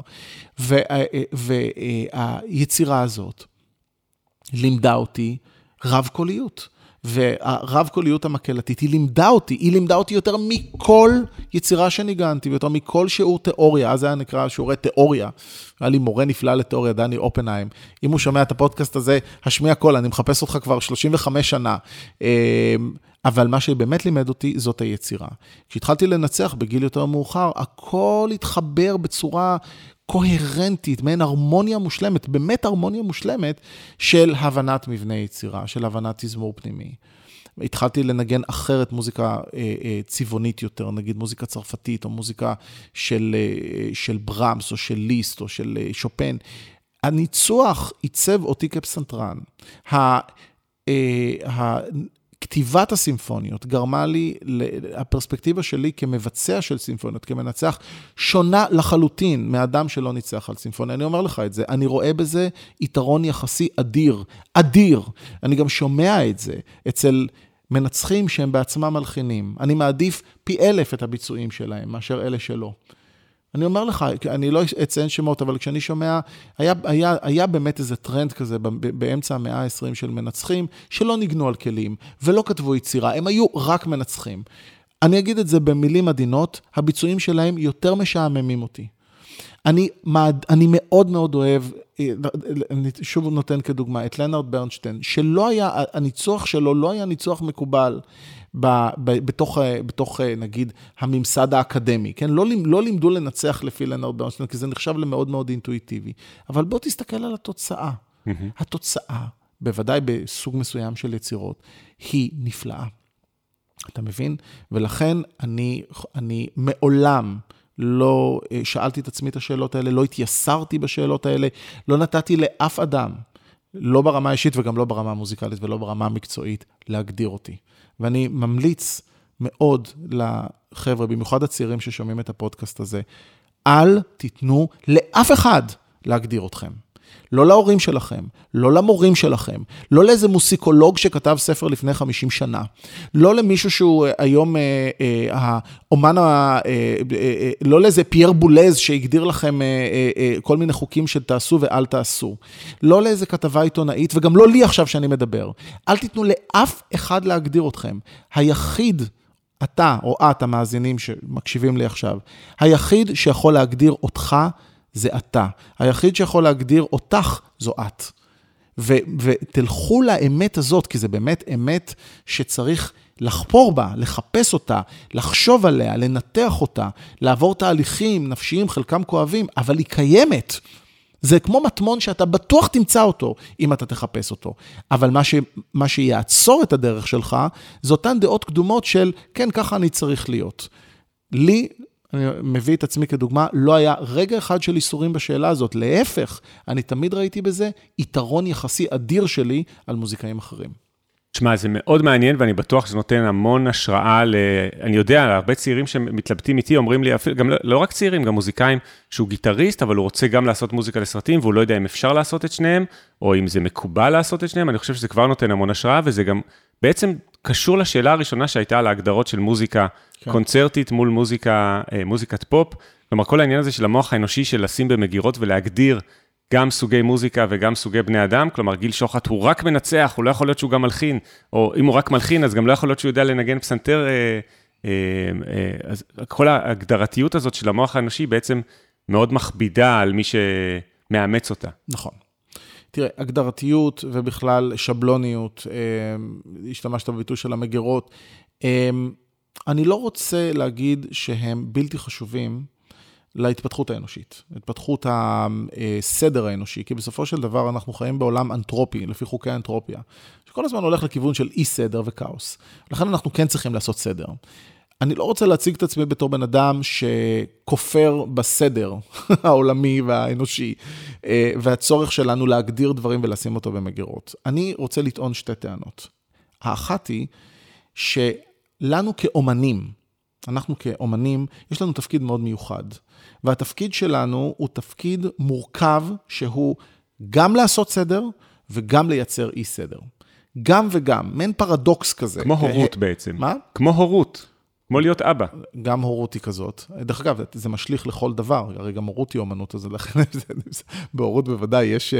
והיצירה הזאת לימדה אותי רב קוליות. והרב קוליות המקהלתית, היא לימדה אותי, היא לימדה אותי יותר מכל יצירה שניגנתי, ויותר מכל שיעור תיאוריה, אז זה היה נקרא שיעורי תיאוריה, היה לי מורה נפלא לתיאוריה, דני אופנהיים, אם הוא שומע את הפודקאסט הזה, השמיע קול, אני מחפש אותך כבר שלושים וחמש שנה, אבל מה שבאמת לימד אותי, זאת היצירה. כשהתחלתי לנצח בגיל יותר מאוחר, הכל התחבר בצורה קוהרנטית, מעין הרמוניה מושלמת, באמת הרמוניה מושלמת של הבנת מבנה יצירה, של הבנת תזמור פנימי. התחלתי לנגן אחרת מוזיקה צבעונית יותר, נגיד מוזיקה צרפתית, או מוזיקה של, של ברמס, או של ליסט, או של שופן. הניצוח עיצב אותי כפסנתרן. כתיבת הסימפוניות גרמה לי, הפרספקטיבה שלי כמבצע של סימפוניות, כמנצח, שונה לחלוטין מאדם שלא ניצח על סימפוניה. אני אומר לך את זה, אני רואה בזה יתרון יחסי אדיר, אדיר. אני גם שומע את זה אצל מנצחים שהם בעצמם מלחינים. אני מעדיף פי אלף את הביצועים שלהם, מאשר אלה שלא. אני אומר לך, אני לא אציין שמות, אבל כשאני שומע, היה, היה, היה באמת איזה טרנד כזה באמצע המאה ה-עשרים של מנצחים, שלא ניגנו על כלים, ולא כתבו יצירה, הם היו רק מנצחים. אני אגיד את זה במילים עדינות, הביצועים שלהם יותר משעממים אותי. אני, אני מאוד מאוד אוהב, אני שוב נותן כדוגמה, את לנארד ברנשטיין, שלא היה, הניצוח שלו לא היה ניצוח מקובל, בתוך, בתוך, נגיד, הממסד האקדמי, כן? לא, לא לימדו לנצח לפי לנארד ברנשטיין, כי זה נחשב למאוד מאוד אינטואיטיבי. אבל בוא תסתכל על התוצאה. Mm-hmm. התוצאה, בוודאי בסוג מסוים של יצירות, היא נפלאה. אתה מבין? ולכן אני, אני מעולם לא שאלתי את עצמי את השאלות האלה, לא התייסרתי בשאלות האלה, לא נתתי לאף אדם, לא ברמה האישית וגם לא ברמה המוזיקלית ולא ברמה המקצועית, להגדיר אותי. ואני ממליץ מאוד לחבר'ה, במיוחד הצעירים ששומעים את הפודקאסט הזה, אל תיתנו לאף אחד להגדיר אתכם. לא להורים שלכם, לא למורים שלכם, לא לאיזה מוסיקולוג שכתב ספר לפני חמישים שנה, לא למישהו שהוא היום אה, אה, האומן, אה, אה, אה, לא לאיזה פייר בולז שהגדיר לכם אה, אה, אה, כל מיני חוקים שתעשו ואל תעשו, לא לאיזה כתבה עיתונאית, וגם לא לי עכשיו שאני מדבר. אל תיתנו לאף אחד להגדיר אתכם. היחיד, אתה או את המאזינים שמקשיבים לי עכשיו, היחיד שיכול להגדיר אותך, זה אתה. היחיד שיכול להגדיר אותך זו את. ו- ותלכו לאמת הזאת, כי זה באמת אמת שצריך לחפור בה, לחפש אותה, לחשוב עליה, לנתח אותה, לעבור תהליכים נפשיים, חלקם כואבים, אבל היא קיימת. זה כמו מטמון שאתה בטוח תמצא אותו, אם אתה תחפש אותו. אבל מה, ש- מה שיעצור את הדרך שלך, זה אותן דעות קדומות של, כן, ככה אני צריך להיות. לי, אני מביא את עצמי כדוגמה, לא היה רגע אחד של איסורים בשאלה הזאת, להפך, אני תמיד ראיתי בזה יתרון יחסי אדיר שלי על מוזיקאים אחרים. תשמע, זה מאוד מעניין, ואני בטוח שזה נותן המון השראה, ל... אני יודע, הרבה צעירים שמתלבטים איתי, אומרים לי, גם לא, לא רק צעירים, גם מוזיקאים, שהוא גיטריסט, אבל הוא רוצה גם לעשות מוזיקה לסרטים, והוא לא יודע אם אפשר לעשות את שניהם, או אם זה מקובל לעשות את שניהם, אני חושב שזה כבר נותן המון השראה, וזה גם בעצם קשור לשאלה הראשונה שהייתה על ההגדרות של מוזיקה כן. קונצרטית מול מוזיקה, מוזיקת פופ, כלומר כל העניין הזה של המוח האנושי של לשים במגירות ולהגדיר גם סוגי מוזיקה וגם סוגי בני אדם, כלומר גיל שוחט הוא רק מנצח, הוא לא יכול להיות שהוא גם מלחין, או אם הוא רק מלחין אז גם לא יכול להיות שהוא יודע לנגן פסנתר, אה, אה, אה, אז כל ההגדרתיות הזאת של המוח האנושי בעצם מאוד מכבידה על מי שמאמץ אותה. נכון. תראה, הגדרתיות ובכלל שבלוניות, השתמשת בביטוי של המגירות, אני לא רוצה להגיד שהם בלתי חשובים להתפתחות האנושית, להתפתחות הסדר האנושי, כי בסופו של דבר אנחנו חיים בעולם אנטרופי, לפי חוקי האנטרופיה, שכל הזמן הולך לכיוון של אי סדר וכאוס. לכן אנחנו כן צריכים לעשות סדר. אני לא רוצה להציג את עצמי בתור בן אדם שכופר בסדר העולמי והאנושי, והצורך שלנו להגדיר דברים ולשים אותו במגירות. אני רוצה לטעון שתי טענות. האחת היא שלנו כאומנים, אנחנו כאומנים, יש לנו תפקיד מאוד מיוחד, והתפקיד שלנו הוא תפקיד מורכב שהוא גם לעשות סדר וגם לייצר אי סדר. גם וגם, מעין פרדוקס כזה. כמו הורות בעצם. מה? כמו הורות. כמו להיות אבא. גם הורות היא כזאת. דרך אגב, זה משליך לכל דבר. הרי גם הורות היא אומנות, אז לכן בהורות בוודאי יש,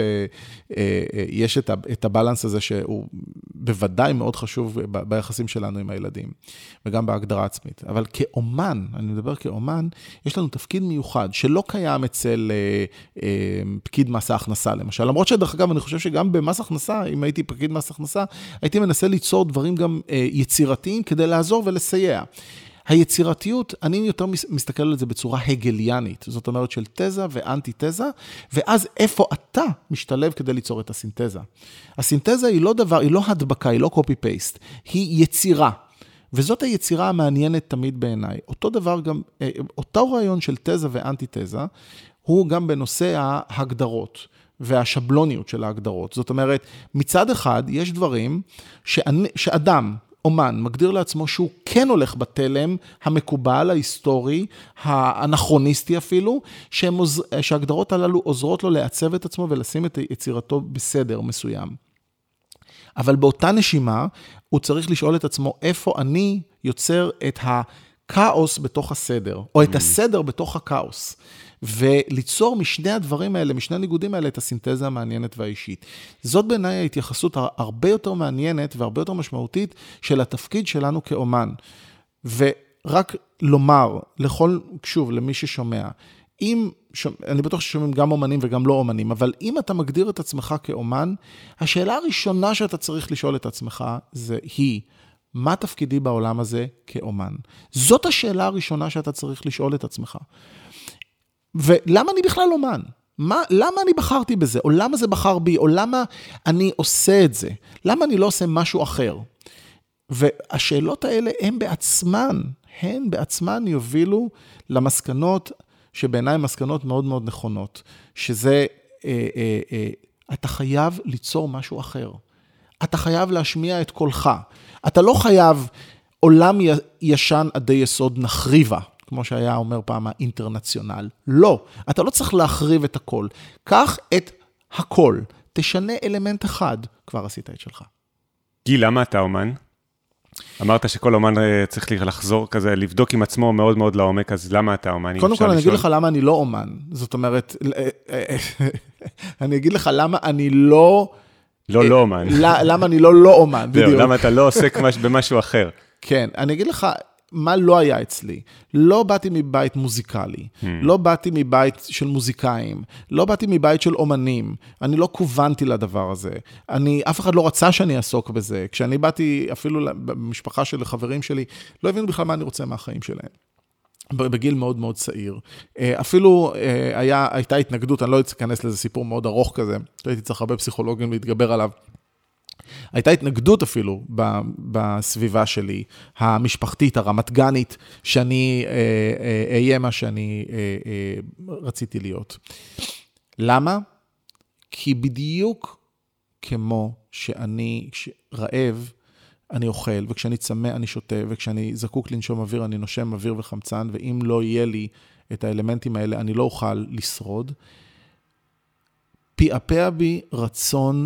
יש את הבלנס הזה שהוא בוודאי מאוד חשוב ביחסים שלנו עם הילדים, וגם בהגדרה עצמית. אבל כאומן, אני מדבר כאומן, יש לנו תפקיד מיוחד שלא קיים אצל פקיד מס ההכנסה, למשל. למרות שדרך אגב, אני חושב שגם במס הכנסה, אם הייתי פקיד מס הכנסה, הייתי מנסה ליצור דברים גם יצירתיים כדי לעזור ולסייע. היצירתיות, אני יותר מסתכל על זה בצורה הגליאנית, זאת אומרת של תזה ואנטי-תזה, ואז איפה אתה משתלב כדי ליצור את הסינתזה. הסינתזה היא לא דבר, היא לא הדבקה, היא לא קופי-פייסט, היא יצירה. וזאת היצירה המעניינת תמיד בעיניי. אותו דבר גם, אותו רעיון של תזה ואנטי-תזה, הוא גם בנושא ההגדרות והשבלוניות של ההגדרות. זאת אומרת, מצד אחד יש דברים שאני, שאדם, אומן, מגדיר לעצמו שהוא כן הולך בתלם המקובל, ההיסטורי, האנכרוניסטי אפילו, שההגדרות הללו עוזרות לו לעצב את עצמו ולשים את יצירתו בסדר מסוים. אבל באותה נשימה, הוא צריך לשאול את עצמו איפה אני יוצר את הקאוס בתוך הסדר, או את הסדר בתוך הקאוס, וליצור משני הדברים האלה, משני הניגודים האלה, את הסינתזה המעניינת והאישית. זאת בעיניי ההתייחסות הרבה יותר מעניינת והרבה יותר משמעותית של התפקיד שלנו כאומן. ורק לומר לכל, שוב, למי ששומע, אם, אני בטוח ששומעים גם אומנים וגם לא אומנים, אבל אם אתה מגדיר את עצמך כאומן, השאלה הראשונה שאתה צריך לשאול את עצמך זה היא, מה תפקידי בעולם הזה כאומן? זאת השאלה הראשונה שאתה צריך לשאול את עצמך. ולמה אני בכלל אומן? מה, למה אני בחרתי בזה? או למה זה בחר בי? או למה אני עושה את זה? למה אני לא עושה משהו אחר? והשאלות האלה הן בעצמן, הן בעצמן יובילו למסקנות, שבעיניי מסקנות מאוד מאוד נכונות, שזה, אה, אה, אה, אתה חייב ליצור משהו אחר. אתה חייב להשמיע את קולך. אתה לא חייב עולם ישן עדי יסוד נחריבה, כמו שהיה אומר פעם האינטרנציונל. לא, אתה לא צריך להחריב את הכל. קח את הכל, תשנה אלמנט אחד, כבר עשית את שלך. גיל, למה אתה אומן? אמרת שכל אומן צריך לחזור כזה, לבדוק עם עצמו מאוד מאוד לעומק, אז למה אתה אומן? קודם כל, אני אגיד לך למה אני לא אומן. זאת אומרת, אני אגיד לך למה אני לא... לא לא אומן. למה אני לא לא אומן, בדיוק. למה אתה לא עוסק במשהו אחר. כן, אני אגיד לך... מה לא היה אצלי? לא באתי מבית מוזיקלי, hmm. לא באתי מבית של מוזיקאים, לא באתי מבית של אומנים, אני לא כוונתי לדבר הזה, אני, אף אחד לא רצה שאני אעסוק בזה, כשאני באתי אפילו במשפחה של חברים שלי, לא הבינו בכלל מה אני רוצה מהחיים שלהם. בגיל מאוד מאוד צעיר. אפילו היה, הייתה התנגדות, אני לא אכנס לזה סיפור מאוד ארוך כזה, הייתי צריך הרבה פסיכולוגים להתגבר עליו, הייתה התנגדות אפילו בסביבה שלי, המשפחתית, הרמת-גנית, שאני אהיה מה שאני רציתי להיות. למה? כי בדיוק כמו שאני רעב, אני אוכל, וכשאני צמא אני שותה, וכשאני זקוק לנשום אוויר, אני נושם אוויר וחמצן, ואם לא יהיה לי את האלמנטים האלה, אני לא אוכל לשרוד. פעפע בי רצון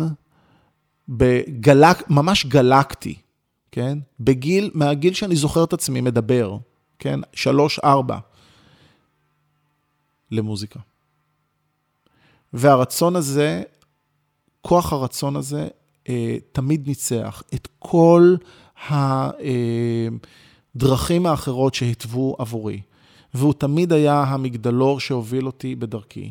בגלק, ממש גלקתי, כן? בגיל, מהגיל שאני זוכר את עצמי מדבר, כן? שלוש, ארבע, למוזיקה. והרצון הזה, כוח הרצון הזה, אה, תמיד ניצח את כל הדרכים האחרות שהתוו עבורי. והוא תמיד היה המגדלור שהוביל אותי בדרכי.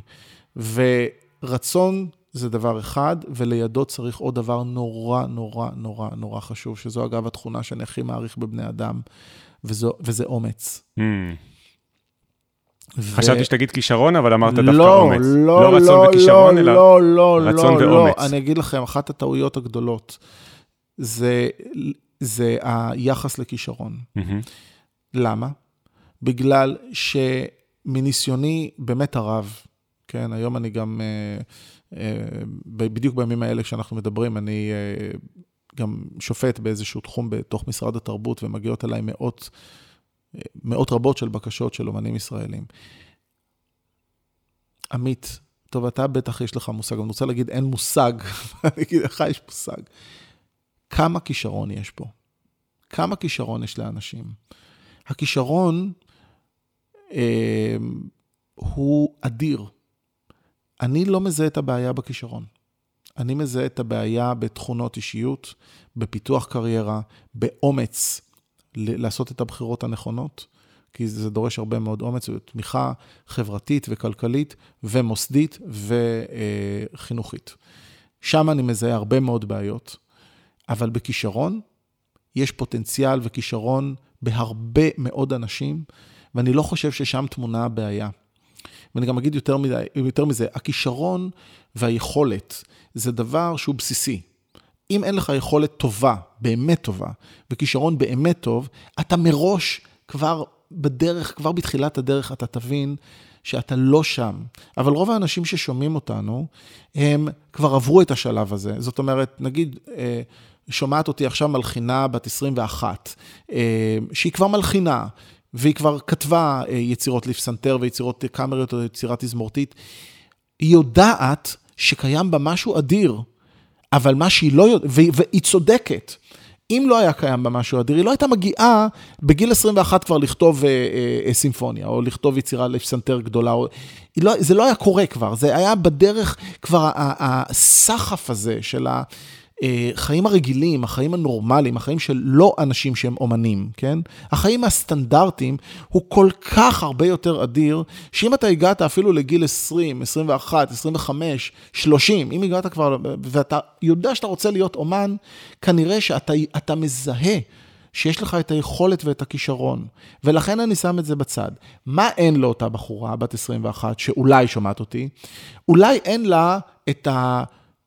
ורצון זה דבר אחד, ולידו צריך עוד דבר נורא, נורא, נורא, נורא חשוב, שזו אגב התכונה שאני הכי מעריך בבני אדם, וזו, וזה אומץ. Mm. ו... חשבתי שתגיד כישרון, אבל אמרת דווקא לא, אומץ. לא, לא רצון לא, וכישרון, לא, אלא לא, לא, רצון לא, ואומץ. לא. אני אגיד לכם, אחת הטעויות הגדולות, זה, זה היחס לכישרון. Mm-hmm. למה? בגלל שמניסיוני באמת הרב, כן, היום אני גם... בדיוק בימים האלה כשאנחנו מדברים, אני גם שופט באיזשהו תחום בתוך משרד התרבות, ומגיעות אליי מאות, מאות רבות של בקשות של אומנים ישראלים. עמית, טוב, אתה בטח יש לך מושג, אני רוצה להגיד אין מושג, אני אגיד לך יש מושג. כמה כישרון יש פה? כמה כישרון יש לאנשים? הכישרון אה, הוא אדיר. אני לא מזהה את הבעיה בכישרון. אני מזהה את הבעיה בתכונות אישיות, בפיתוח קריירה, באומץ לעשות את הבחירות הנכונות, כי זה דורש הרבה מאוד אומץ, ותמיכה חברתית וכלכלית ומוסדית וחינוכית. שם אני מזהה הרבה מאוד בעיות, אבל בכישרון יש פוטנציאל וכישרון בהרבה מאוד אנשים, ואני לא חושב ששם תמונה הבעיה. ואני גם אגיד יותר מזה, יותר מזה, הכישרון והיכולת זה דבר שהוא בסיסי. אם אין לך יכולת טובה, באמת טובה, וכישרון באמת טוב, אתה מראש כבר בדרך, כבר בתחילת הדרך אתה תבין שאתה לא שם. אבל רוב האנשים ששומעים אותנו, הם כבר עברו את השלב הזה. זאת אומרת, נגיד, שומעת אותי עכשיו מלחינה בת עשרים ואחת, שהיא כבר מלחינה, והיא כבר כתבה יצירות לפסנתר ויצירות קאמריות או יצירה תזמורתית, היא יודעת שקיים בה משהו אדיר, אבל מה שהיא לא יודעת, והיא צודקת. אם לא היה קיים בה משהו אדיר, היא לא הייתה מגיעה בגיל עשרים ואחת כבר לכתוב סימפוניה, או לכתוב יצירה לפסנתר גדולה, או, לא, זה לא היה קורה כבר, זה היה בדרך כבר הסחף הזה של ה... החיים הרגילים, החיים הנורמליים, החיים של לא אנשים שהם אומנים, כן? החיים הסטנדרטיים הוא כל כך הרבה יותר אדיר, שאם אתה הגעת אפילו לגיל עשרים, עשרים ואחת, עשרים וחמש, שלושים, אם הגעת כבר, ואתה יודע שאתה רוצה להיות אומן, כנראה שאתה אתה מזהה שיש לך את היכולת ואת הכישרון, ולכן אני שם את זה בצד. מה אין לו אותה בחורה, בת עשרים ואחת, שאולי שומעת אותי? אולי אין לה את ה...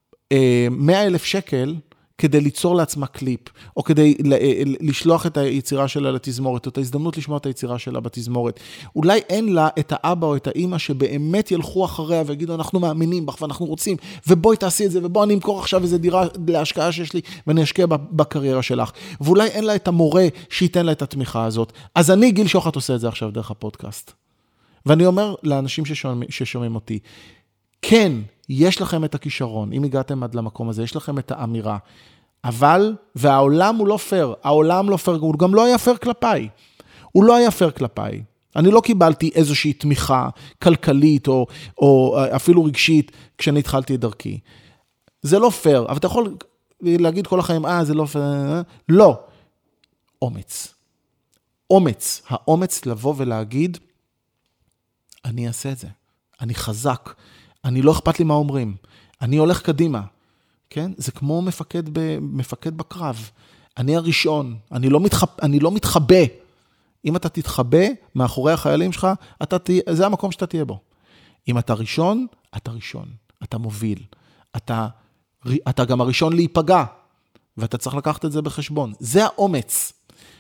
מאה אלף שקל כדי ליצור לעצמה קליפ, או כדי לשלוח את היצירה שלה לתזמורת, או את ההזדמנות לשמוע את היצירה שלה בתזמורת. אולי אין לה את האבא או את האמא שבאמת ילכו אחריה ויגידו, אנחנו מאמינים בך ואנחנו רוצים, ובואי תעשי את זה, ובואי אני אמכור עכשיו איזו דירה להשקעה שיש לי, ואני אשקיע בקריירה שלך. ואולי אין לה את המורה שייתן לה את התמיכה הזאת. אז אני, גיל שוחט, עושה את זה עכשיו דרך הפודקאסט. ואני אומר לאנשים ששומעים, ששומעים אותי, כן, יש לכם את הכישרון, אם הגעתם עד למקום הזה, יש לכם את האמירה, אבל, והעולם הוא לא פייר, העולם לא פייר, הוא גם לא היה פייר כלפיי, הוא לא היה פייר כלפיי, אני לא קיבלתי איזושהי תמיכה כלכלית, או, או אפילו רגשית, כשאני התחלתי את דרכי, זה לא פייר, אבל אתה יכול להגיד כל החיים, אה, זה לא פייר, לא, אומץ, אומץ, האומץ לבוא ולהגיד, אני אעשה את זה, אני חזק, אני לא אכפת לי מה אומרים, אני הולך קדימה, כן? זה כמו מפקד, ב, מפקד בקרב, אני הראשון, אני לא, מתחבא, אני לא מתחבא, אם אתה תתחבא מאחורי החיילים שלך, אתה תה, זה המקום שאתה תהיה בו, אם אתה ראשון, אתה ראשון, אתה מוביל, אתה, אתה גם הראשון להיפגע, ואתה צריך לקחת את זה בחשבון, זה האומץ,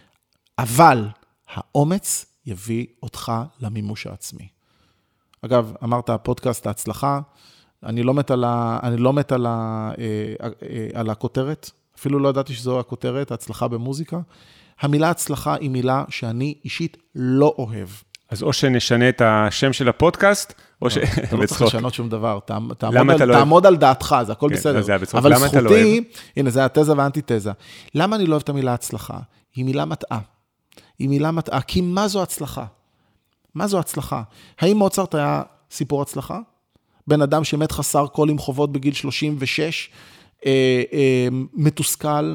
אבל האומץ יביא אותך למימוש העצמי. אגב, אמרת, הפודקאסט ההצלחה, אני לא מת על, ה, אני לא מת על, ה, על הכותרת, אפילו לא ידעתי שזו הכותרת, ההצלחה במוזיקה. המילה הצלחה היא מילה שאני אישית לא אוהב. אז או שנשנה את השם של הפודקאסט, או ש... אתה לא צריך לשנות שום דבר, תעמוד תעמוד על דעתך, זה הכל בסדר. אבל זכותי, הנה, זה התזה והאנטיתזה. למה אני לא אוהב את המילה הצלחה? היא מילה מטעה. היא מילה מטעה, כי מה זו הצלחה? מה זו הצלחה? האם מוצרט היה סיפור הצלחה? בן אדם שמת חסר כל עם חובות בגיל שלושים ושש, אה, אה, מתוסכל,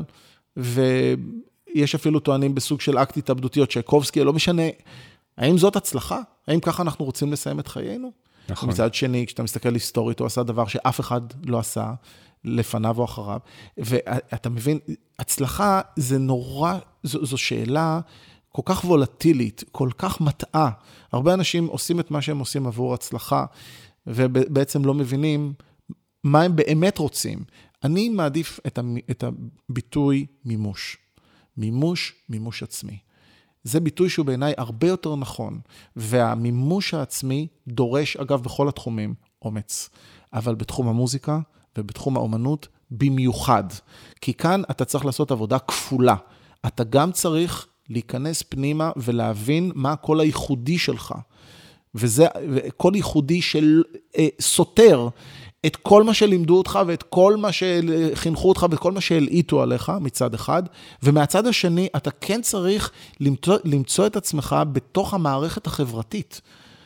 ויש אפילו טוענים בסוג של אקט התאבדותיות, צ'ייקובסקי, לא משנה, האם זאת הצלחה? האם ככה אנחנו רוצים לסיים את חיינו? נכון. מצד שני, כשאתה מסתכל היסטורית, הוא עשה דבר שאף אחד לא עשה, לפניו או אחריו, ואתה מבין, הצלחה זה נורא, זו, זו שאלה, כל כך וולטילית, כל כך מטעה. הרבה אנשים עושים את מה שהם עושים עבור הצלחה, ובעצם לא מבינים מה הם באמת רוצים. אני מעדיף את הביטוי מימוש. מימוש, מימוש עצמי. זה ביטוי שהוא בעיניי הרבה יותר נכון, והמימוש העצמי דורש, אגב, בכל התחומים, אומץ. אבל בתחום המוזיקה ובתחום האומנות, במיוחד. כי כאן אתה צריך לעשות עבודה כפולה. אתה גם צריך להיכנס פנימה ולהבין מה הקול הייחודי שלך. וזה קול ייחודי של אה, סותר את כל מה שלימדו אותך ואת כל מה שחינכו אותך וכל מה שהלעיטו עליך מצד אחד, ומהצד השני אתה כן צריך למצוא, למצוא את עצמך בתוך המערכת החברתית,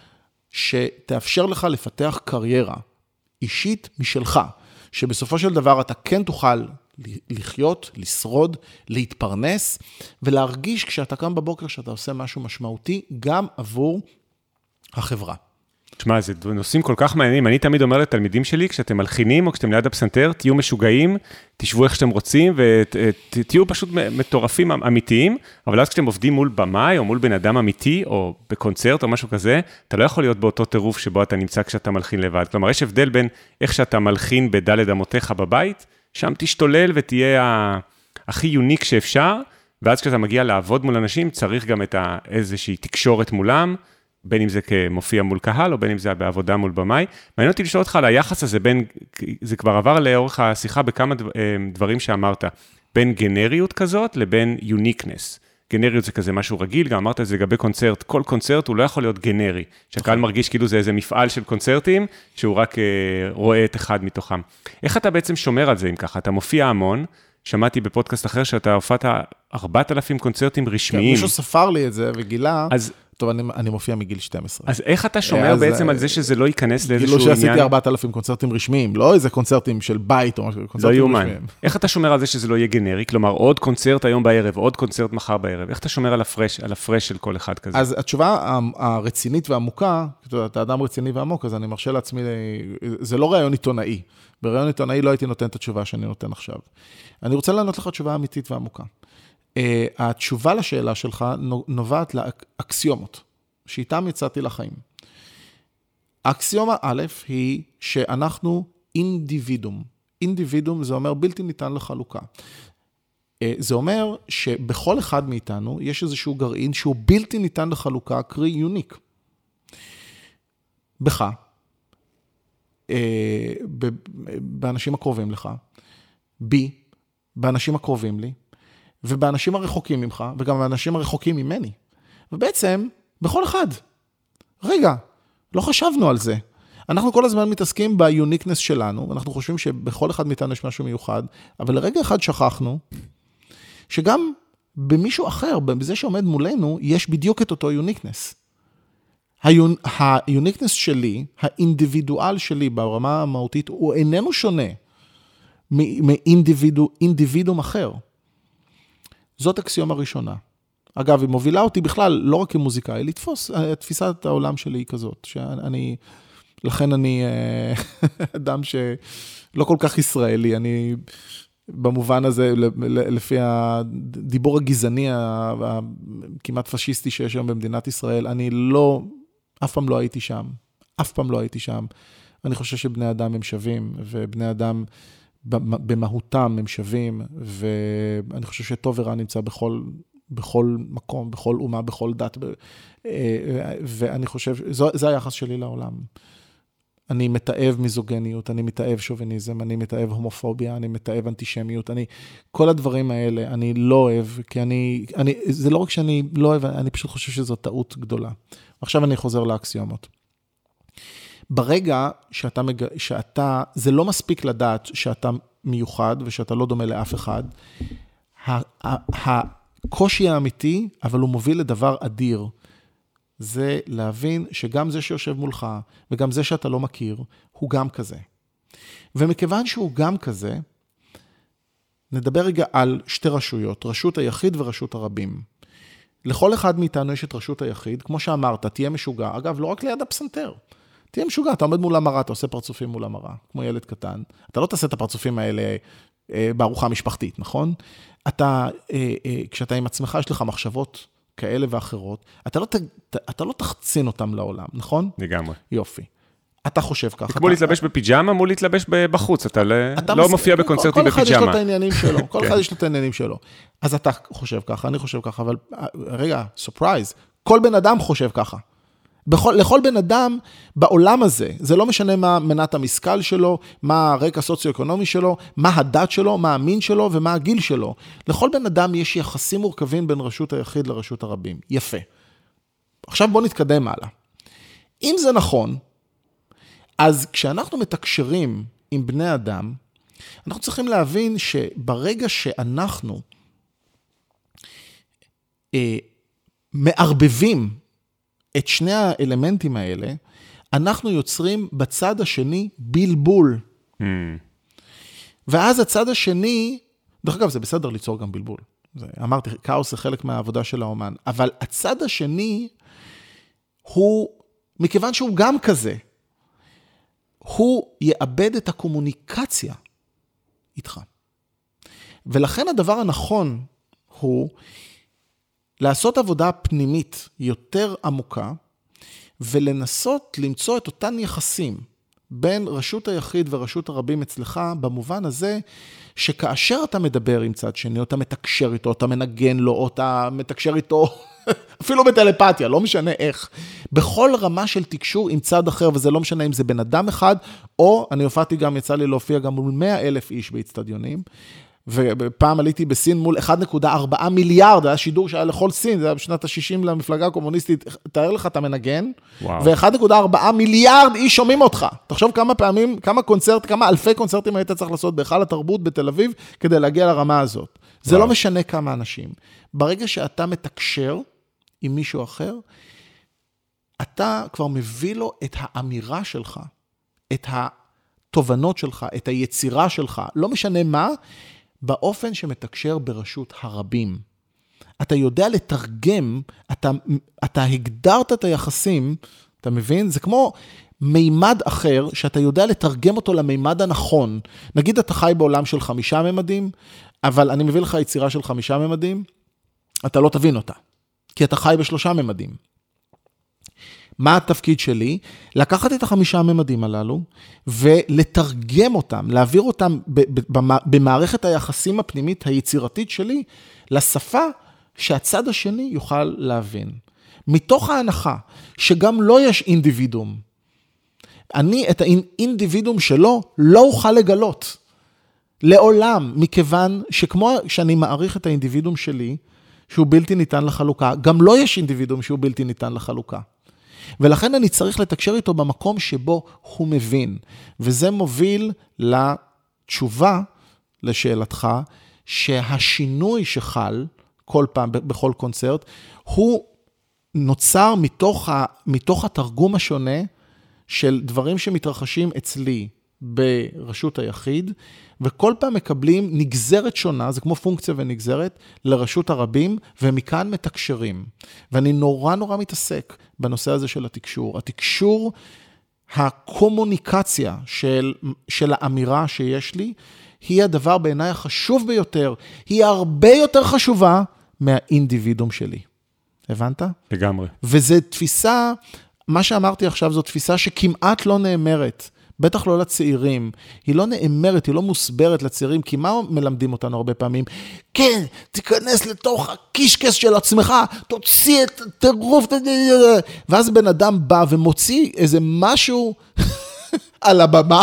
שתאפשר לך לפתח קריירה אישית משלך, שבסופו של דבר אתה כן תוכל לחיות, לשרוד, להתפרנס, ולהרגיש כשאתה קם בבוקר שאתה עושה משהו משמעותי, גם עבור החברה. תשמע, זה נושאים כל כך מעניינים. אני תמיד אומר לתלמידים שלי, כשאתם מלחינים או כשאתם ליד הפסנתר, תהיו משוגעים, תשבו איך שאתם רוצים, ותהיו פשוט מטורפים אמיתיים, אבל אז כשאתם עובדים מול במאי, או מול בן אדם אמיתי, או בקונצרט או משהו כזה, אתה לא יכול להיות באותו טירוף שבו אתה נמצא כשאתה מלחין לבד. כלומר, יש הבדל בין איך שאתה מלחין בדלת אמותיך בבית, שם תשתולל ותהיה הכי יוניק שאפשר, ואז כשאתה מגיע לעבוד מול אנשים, צריך גם את איזושהי תקשורת מולם, בין אם זה כמופיע מול קהל, או בין אם זה בעבודה מול במאי. מעניין אותי לשאול אותך על היחס הזה בין, זה כבר עבר לאורך השיחה בכמה דברים שאמרת, בין גנריות כזאת לבין יוניקנס. גנריות זה כזה משהו רגיל, גם אמרת את זה לגבי קונצרט, כל קונצרט הוא לא יכול להיות גנרי, שהקהל מרגיש כאילו זה איזה מפעל של קונצרטים, שהוא רק רואה את אחד מתוכם. איך אתה בעצם שומר על זה אם ככה? אתה מופיע המון, שמעתי בפודקאסט אחר שאתה הופעת ארבעת אלפים קונצרטים רשמיים. מישהו ספר לי את זה וגילה, אז, טוב, אני, אני מופיע מגיל שתים עשרה. אז איך אתה שומר אז, בעצם על זה שזה לא ייכנס לאיזשהו עניין? גילו שעשיתי ארבעת אלפים קונצרטים רשמיים, לא איזה קונצרטים של בית או משהו, קונצרטים לא יומן. רשמיים. איך אתה שומר על זה שזה לא יהיה גנרי? כלומר, עוד קונצרט היום בערב, עוד קונצרט מחר בערב. איך אתה שומר על הפרש, על הפרש של כל אחד כזה? אז התשובה הרצינית והעמוקה, אתה אדם רציני ועמוק, אז אני מרשה לעצמי, זה לא רעיון עיתונאי. ברעיון עיתונאי לא הייתי נותן את התשובה שאני נותן עכשיו. אני רוצה לענות לך תשובה אמיתית ועמוקה. התשובה לשאלה שלך נובעת לאקסיומות, שאיתם יצאתי לחיים. האקסיומה א' היא שאנחנו אינדיבידום. אינדיבידום זה אומר בלתי ניתן לחלוקה. זה אומר שבכל אחד מאיתנו יש איזשהו גרעין שהוא בלתי ניתן לחלוקה, קרי יוניק. בך, באנשים הקרובים לך, בי, באנשים הקרובים לי, ובאנשים הרחוקים ממך, וגם באנשים הרחוקים ממני. ובעצם, בכל אחד. רגע, לא חשבנו על זה. אנחנו כל הזמן מתעסקים ביוניקנס שלנו, ואנחנו חושבים שבכל אחד מאיתנו יש משהו מיוחד, אבל לרגע אחד שכחנו, שגם במישהו אחר, בזה שעומד מולנו, יש בדיוק את אותו יוניקנס. היוניקנס שלי, האינדיבידואל שלי ברמה המהותית, הוא איננו שונה מאינדיבידום אחר. זאת אקסיומה הראשונה. אגב, היא מובילה אותי בכלל, לא רק כמוזיקאי, לתפוס, תפיסת העולם שלי היא כזאת, שאני, לכן אני אדם שלא כל כך ישראלי, אני במובן הזה, לפי הדיבור הגזעני, הכמעט פשיסטי שיש היום במדינת ישראל, אני לא, אף פעם לא הייתי שם, אף פעם לא הייתי שם. אני חושב שבני אדם הם שווים, ובני אדם במהותם הם שווים, ואני חושב שטוב ורע נמצא בכל, בכל מקום, בכל אומה, בכל דת, ואני חושב, זה היחס שלי לעולם. אני מתאהב מיזוגניות, אני מתאהב שוביניזם, אני מתאהב הומופוביה, אני מתאהב אנטישמיות, אני, כל הדברים האלה אני לא אוהב, כי אני, אני, זה לא רק שאני לא אוהב, אני פשוט חושב שזו טעות גדולה. עכשיו אני חוזר לאקסיומות. ברגע שאתה, שאתה, זה לא מספיק לדעת שאתה מיוחד ושאתה לא דומה לאף אחד, הקושי האמיתי, אבל הוא מוביל לדבר אדיר, זה להבין שגם זה שיושב מולך, וגם זה שאתה לא מכיר, הוא גם כזה. ומכיוון שהוא גם כזה, נדבר רגע על שתי רשויות, רשות היחיד ורשות הרבים. לכל אחד מאיתנו יש את רשות היחיד, כמו שאמרת, תהיה משוגע, אגב, לא רק ליד הפסנתר, תהיה משוגע, אתה עומד מול המראה, אתה עושה פרצופים מול המראה, כמו ילד קטן, אתה לא תעשה את הפרצופים האלה אה, בארוחה משפחתית, נכון? אתה, אה, אה, כשאתה עם עצמך, יש לך מחשבות כאלה ואחרות, אתה לא, ת, אתה לא תחצין אותם לעולם, נכון? לגמרי. יופי. אתה חושב ככה. כמו להתלבש בפיג'מה, מול להתלבש בחוץ, אתה לא מופיע בקונצרטים בפיג'מה. כל אחד יש לו את העניינים שלו, כל אחד יש לו את העניינים שלו. אז אתה חושב ככה, אני חושב ככה, אבל רגע, סופרייז, כל בן אדם חושב ככה. בכל, לכל בן אדם בעולם הזה, זה לא משנה מה מנת המשכל שלו, מה הרקע הסוציו-אקונומי שלו, מה הדת שלו, מה המין שלו ומה הגיל שלו. לכל בן אדם יש יחסים מורכבים בין רשות היחיד לרשות הרבים. יפה. עכשיו בוא נתקדם הלאה. אם זה נכון, אז כשאנחנו מתקשרים עם בני אדם, אנחנו צריכים להבין שברגע שאנחנו אה, מערבבים את שני האלמנטים האלה, אנחנו יוצרים בצד השני בלבול. Mm. ואז הצד השני, דרך אגב, זה בסדר ליצור גם בלבול. זה, אמרתי, כאוס זה חלק מהעבודה של האומן, אבל הצד השני הוא מכיוון שהוא גם כזה, הוא יאבד את הקומוניקציה איתך. ולכן הדבר הנכון הוא לעשות עבודה פנימית יותר עמוקה, ולנסות למצוא את אותן יחסים בין רשות היחיד ורשות הרבים אצלך, במובן הזה שכאשר אתה מדבר עם צד שני, או אתה מתקשר איתו, אתה מנגן לו, או אתה מתקשר איתו, אפילו בטלפתיה, לא משנה איך. בכל רמה של תקשור עם צד אחר, וזה לא משנה אם זה בן אדם אחד, או אני הופעתי גם, יצא לי להופיע גם מול מאה אלף איש באצטדיונים, ופעם עליתי בסין מול אחד נקודה ארבע מיליארד, היה שידור שהיה לכל סין, זה היה בשנת ה-שישים למפלגה הקומוניסטית, תאר לך, אתה מנגן, ו-אחד נקודה ארבע מיליארד איש שומעים אותך. תחשוב כמה פעמים, כמה קונצרט, כמה אלפי קונצרטים היית צריך לעשות בהיכל התרבות בתל אביב, כדי להגיע לרמה הזאת. זה וואו. לא משנה כמה אנשים. ברגע שאתה מתקשר עם מישהו אחר, אתה כבר מביא לו את האמירה שלך, את התובנות שלך, את היצירה שלך, לא משנה מה, באופן שמתקשר ברשות הרבים. אתה יודע לתרגם, אתה, אתה הגדרת את היחסים, אתה מבין? זה כמו מימד אחר, שאתה יודע לתרגם אותו למימד הנכון. נגיד אתה חי בעולם של חמישה ממדים, אבל אני מביא לך יצירה של חמישה ממדים, אתה לא תבין אותה, כי אתה חי בשלושה ממדים. מה התפקיד שלי? לקחת את החמישה הממדים הללו, ולתרגם אותם, להעביר אותם במערכת היחסים הפנימית היצירתית שלי, לשפה שהצד השני יוכל להבין. מתוך ההנחה שגם לא יש אינדיבידום. אני את האינדיבידום שלו לא אוכל לגלות. לעולם, מכיוון שכמו שאני מעריך את האינדיבידום שלי, שהוא בלתי ניתן לחלוקה, גם לא יש אינדיבידום שהוא בלתי ניתן לחלוקה. ולכן אני צריך לתקשר איתו במקום שבו הוא מבין. וזה מוביל לתשובה לשאלתך, שהשינוי שחל כל פעם, בכל קונצרט, הוא נוצר מתוך, ה, מתוך התרגום השונה של דברים שמתרחשים אצלי ברשות היחיד, וכל פעם מקבלים נגזרת שונה, זה כמו פונקציה ונגזרת, לרשות הרבים, ומכאן מתקשרים. ואני נורא נורא מתעסק בנושא הזה של התקשור. התקשור, הקומוניקציה של, של האמירה שיש לי, היא הדבר בעיניי החשוב ביותר, היא הרבה יותר חשובה מהאינדיבידום שלי. הבנת? לגמרי. וזו תפיסה, מה שאמרתי עכשיו, זו תפיסה שכמעט לא נאמרת, בטח לא לצעירים, היא לא נאמרת, היא לא מוסברת לצעירים, כי מה מלמדים אותנו הרבה פעמים? כן, תיכנס לתוך הקישקס של עצמך, תוציא את הטירוף, ואז בן אדם בא ומוציא איזה משהו על הבמה,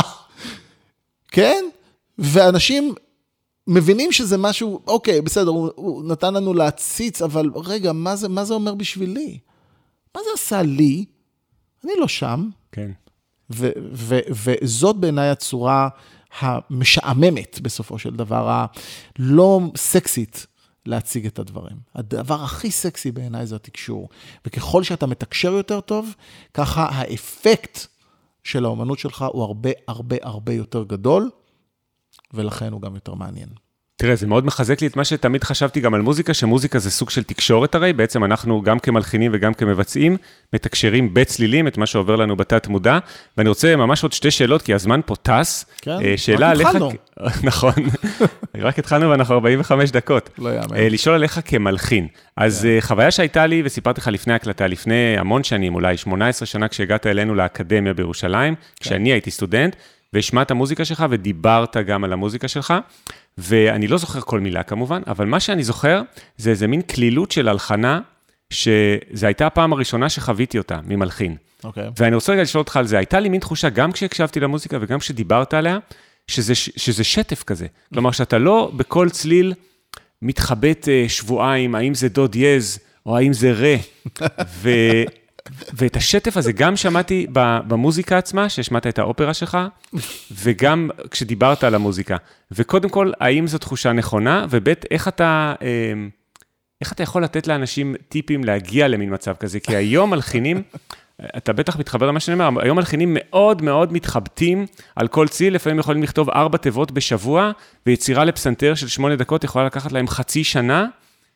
כן? ואנשים מבינים שזה משהו, אוקיי, בסדר, הוא, הוא נתן לנו להציץ, אבל רגע, מה זה, מה זה אומר בשבילי? מה זה עשה לי? אני לא שם. כן. ו- ו- וזאת בעיניי הצורה המשעממת בסופו של דבר, הלא סקסית להציג את הדברים. הדבר הכי סקסי בעיניי זה התקשור. וככל שאתה מתקשר יותר טוב, ככה האפקט של האומנות שלך הוא הרבה הרבה הרבה יותר גדול, ולכן הוא גם יותר מעניין. תראה, זה מאוד מחזק לי את מה שתמיד חשבתי גם על מוזיקה, שמוזיקה זה סוג של תקשורת הרי, בעצם אנחנו גם כמלחינים וגם כמבצעים, מתקשרים בצלילים את מה שעובר לנו בתת מודע, ואני רוצה ממש עוד שתי שאלות, כי הזמן פה טס. כן, שאלה רק עליך... התחלנו. נכון, רק התחלנו ואנחנו ארבעים וחמש דקות. לא יאמן. לשאול עליך כמלחין. אז חוויה שהייתה לי, וסיפרתי לך לפני הקלטה, לפני המון שנים, אולי שמונה עשרה שנה, כשהגעת אלינו לאקדמיה בירושלים, כשאני הייתי סטודנט, והשמעת המוזיקה שלך ודיברת גם על המוזיקה שלך, ואני לא זוכר כל מילה כמובן, אבל מה שאני זוכר זה איזה מין כלילות של הלחנה, שזו הייתה הפעם הראשונה שחוויתי אותה ממלחין. אוקיי. ואני רוצה רגע לשאול אותך על זה, הייתה לי מין תחושה גם כשהקשבתי למוזיקה וגם כשדיברת עליה, שזה, שזה שטף כזה. כלומר שאתה לא בכל צליל מתחבט שבועיים, האם זה דוד יז או האם זה רה, ו... ואת השטף הזה גם שמעתי במוזיקה עצמה, שהשמעת את האופרה שלך, וגם כשדיברת על המוזיקה. וקודם כל, האם זו תחושה נכונה, ובית, איך אתה, איך אתה יכול לתת לאנשים טיפים להגיע למין מצב כזה? כי היום מלחינים, אתה בטח מתחבר למה שאני אומר, היום מלחינים מאוד מאוד מתחבטים על כל ציל, לפעמים יכולים לכתוב ארבע תיבות בשבוע, ויצירה לפסנתר של שמונה דקות יכולה לקחת להם חצי שנה,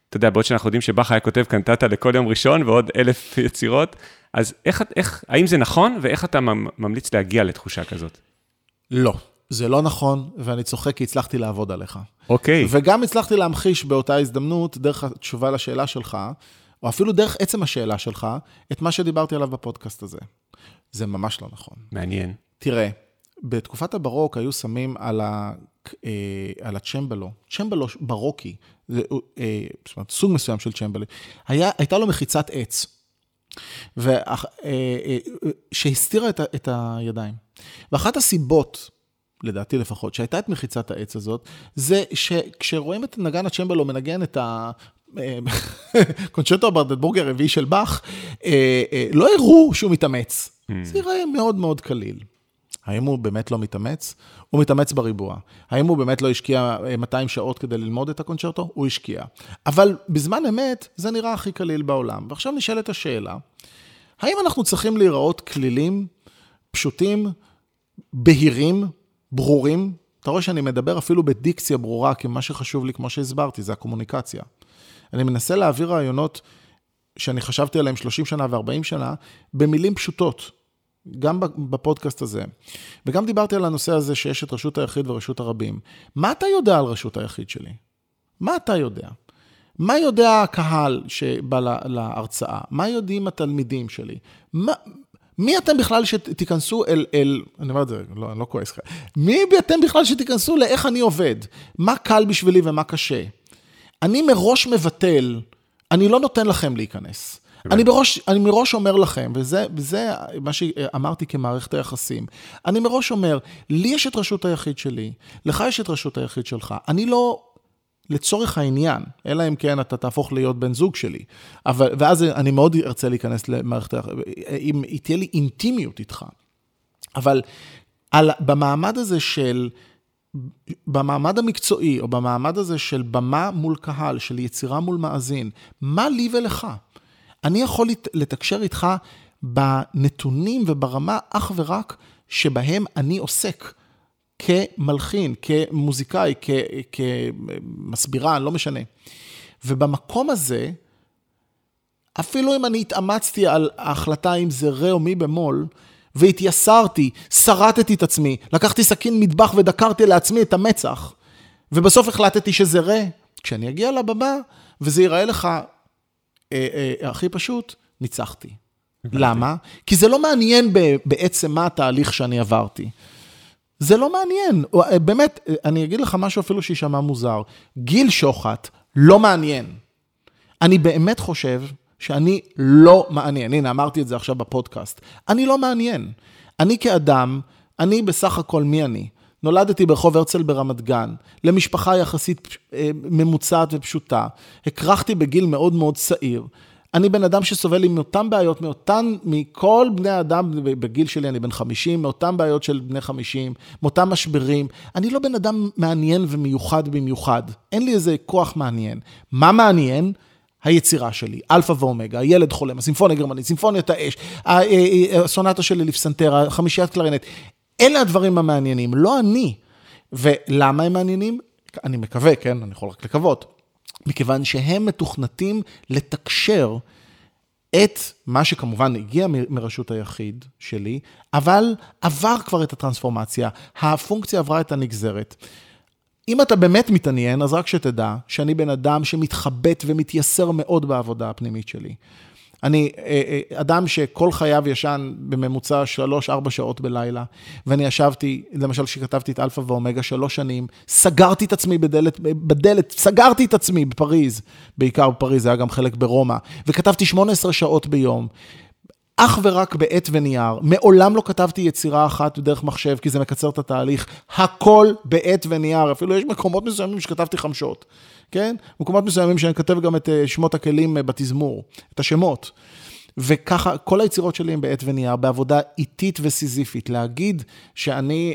אתה יודע, בעוד שאנחנו יודעים שבח היה כותב קנטטה לכל יום ראשון, ועוד אלף יצירות, אז איך, איך, האם זה נכון, ואיך אתה ממליץ להגיע לתחושה כזאת? לא, זה לא נכון, ואני צוחק כי הצלחתי לעבוד עליך. אוקיי. וגם הצלחתי להמחיש באותה הזדמנות, דרך התשובה לשאלה שלך, או אפילו דרך עצם השאלה שלך, את מה שדיברתי עליו בפודקאסט הזה. זה ממש לא נכון. מעניין. תראה, בתקופת הברוק היו שמים על, ה, על הצ'מבלו, צ'מבלו ברוקי, זה, זאת אומרת, סוג מסוים של צ'מבלו, היה, הייתה לו מחיצת עץ, שהסתירה את, את הידיים. ואחת הסיבות, לדעתי לפחות, שהייתה את מחיצת העץ הזאת, זה שכשרואים את נגן הצ'מבלו מנגן את ה... קונצ'רטו הברנדנבורג הרביעי של באך, לא הראו שהוא מתאמץ. זה יראה מאוד מאוד קליל. האם הוא באמת לא מתאמץ? הוא מתאמץ בריבוע. האם הוא באמת לא השקיע מאתיים שעות כדי ללמוד את הקונצ'רטו? הוא השקיע. אבל בזמן אמת, זה נראה הכי קליל בעולם. ועכשיו נשאלת השאלה, האם אנחנו צריכים להיראות כלילים, פשוטים, בהירים, ברורים? אתה רואה שאני מדבר אפילו בדיקציה ברורה, כי מה שחשוב לי, כמו שהסברתי, זה הקומוניקציה. אני מנסה להעביר רעיונות שאני חשבתי עליהם שלושים שנה ו-ארבעים שנה, במילים פשוטות, גם בפודקאסט הזה. וגם דיברתי על הנושא הזה שיש את רשות היחיד ורשות הרבים. מה אתה יודע על רשות היחיד שלי? מה אתה יודע? מה יודע הקהל שבא להרצאה? מה יודעים התלמידים שלי? מה... מי אתם בכלל שתיכנסו אל, אל, אני אומר את זה, לא, אני לא כועס לך. מי אתם בכלל שתיכנסו לאיך אני עובד? מה קל בשבילי ומה קשה? אני מראש מבטל, אני לא נותן לכם להיכנס. אני מראש, אני מראש אומר לכם, וזה, וזה מה שאמרתי כמערכת היחסים. אני מראש אומר, לי יש את רשות היחיד שלי, לך יש את רשות היחיד שלך. אני לא, לצורך העניין, אלא אם כן אתה תהפוך להיות בן זוג שלי. אבל, ואז אני מאוד ארצה להיכנס למערכת היחסים, אם תהיה לי אינטימיות איתך. אבל על, במעמד הזה של, במעמד המקצועי, או במעמד הזה של במה מול קהל, של יצירה מול מאזין, מה לי ולך? אני יכול לתקשר איתך בנתונים וברמה אך ורק שבהם אני עוסק כמלחין, כמוזיקאי, כמסבירן, לא משנה. ובמקום הזה, אפילו אם אני התאמצתי על ההחלטה אם זה רע או מי במול, והתייסרתי, שרטתי את עצמי, לקחתי סכין מטבח ודקרתי לעצמי את המצח, ובסוף החלטתי שזה רע, כשאני אגיע לבמה, וזה ייראה לך אה, אה, הכי פשוט, ניצחתי. למה? כי זה לא מעניין בעצם מה התהליך שאני עברתי. זה לא מעניין. באמת, אני אגיד לך משהו אפילו שישמע מוזר. גיל שוחט לא מעניין. אני באמת חושב שאני לא מעניין. הנה, אמרתי את זה עכשיו בפודקאסט. אני לא מעניין. אני כאדם, אני בסך הכל מי אני? נולדתי ברחוב הרצל ברמת גן, למשפחה יחסית ממוצעת ופשוטה. הקרחתי בגיל מאוד מאוד צעיר. אני בן אדם שסובל עם מאותן בעיות, מאותן, מכל בני האדם, בגיל שלי אני בן חמישים, מאותן בעיות של בני חמישים, מאותם משברים. אני לא בן אדם מעניין ומיוחד במיוחד. אין לי איזה כוח מעניין. מה מעניין? היצירה שלי, אלפא ואומגה, הילד חולם, הסימפוניה הגרמנית, סימפוניית האש, הסונטה שלי לפסנתר, חמישיית קלרינט. אלה הדברים המעניינים, לא אני. ולמה הם מעניינים? אני מקווה, כן? אני יכול רק לקוות. מכיוון שהם מתוכנתים לתקשר את מה שכמובן הגיע מרשות היחיד שלי, אבל עבר כבר את הטרנספורמציה, הפונקציה עברה את הנגזרת. אם אתה באמת מתעניין, אז רק שתדע שאני בן אדם שמתחבט ומתייסר מאוד בעבודה הפנימית שלי. אני אדם שכל חייו ישן בממוצע שלוש, ארבע שעות בלילה, ואני ישבתי, למשל שכתבתי את אלפא ואומגה שלוש שנים, סגרתי את עצמי בדלת, בדלת, סגרתי את עצמי בפריז, בעיקר בפריז, זה היה גם חלק ברומא, וכתבתי שמונה עשרה שעות ביום, אך ורק בעת ונייר, מעולם לא כתבתי יצירה אחת דרך מחשב, כי זה מקצר את התהליך, הכל בעת ונייר, אפילו יש מקומות מסוימים שכתבתי חמשות, כן? מקומות מסוימים שאני כתב גם את שמות הכלים בתזמור, את השמות, וככה, כל היצירות שלי הם בעת ונייר, בעבודה איטית וסיזיפית, להגיד שאני,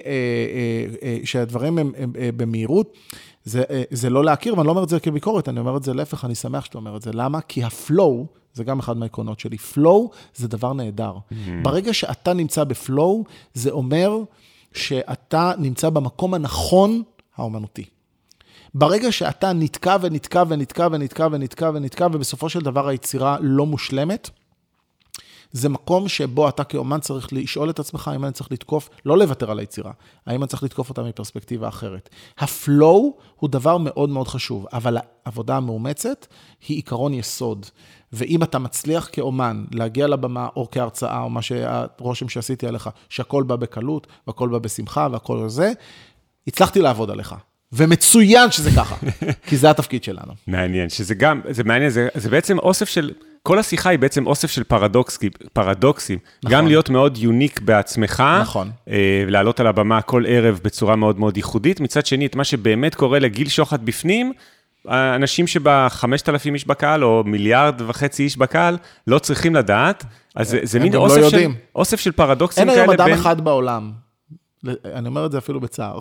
שהדברים הם במהירות, זה, זה לא להכיר, ואני לא אומר את זה כביקורת, אני אומר את זה להפך, אני שמח שאתה אומר את זה, למה? כי הפלואו, זה גם אחד מהעקרונות שלי. פלואו זה דבר נהדר. Mm-hmm. ברגע שאתה נמצא בפלואו, זה אומר שאתה נמצא במקום הנכון האומנותי. ברגע שאתה נתקע ונתקע ונתקע ונתקע ונתקע ונתקע, ובסופו של דבר היצירה לא מושלמת, זה מקום שבו אתה כאומן צריך לשאול את עצמך, האם אני צריך לתקוף, לא לוותר על היצירה, האם אני צריך לתקוף אותה מפרספקטיבה אחרת. הפלואו הוא דבר מאוד מאוד חשוב, אבל העבודה המאומצת היא עיקרון יסוד. ואם אתה מצליח כאומן להגיע לבמה או כהרצאה, או מה שהרושם שעשיתי עליך, שהכל בא בקלות, והכל בא בשמחה, והכל זה, הצלחתי לעבוד עליך. ומצוין שזה ככה, כי זה התפקיד שלנו. מעניין, שזה גם, זה מעניין, זה, זה בעצם אוסף של, כל השיחה היא בעצם אוסף של פרדוקסים, פרדוקסים. נכון. גם להיות מאוד יוניק בעצמך, נכון. אה, לעלות על הבמה כל ערב בצורה מאוד מאוד ייחודית, מצד שני, את מה שבאמת קורה לגיל שוחט בפנים, האנשים שב-חמשת אלפים איש בקהל, או מיליארד וחצי איש בקהל, לא צריכים לדעת, אז זה, זה מין אוסף, לא של, אוסף של פרדוקסים כאלה. אין היום אדם בין... אחד בעולם, אני אומר את זה אפילו בצער,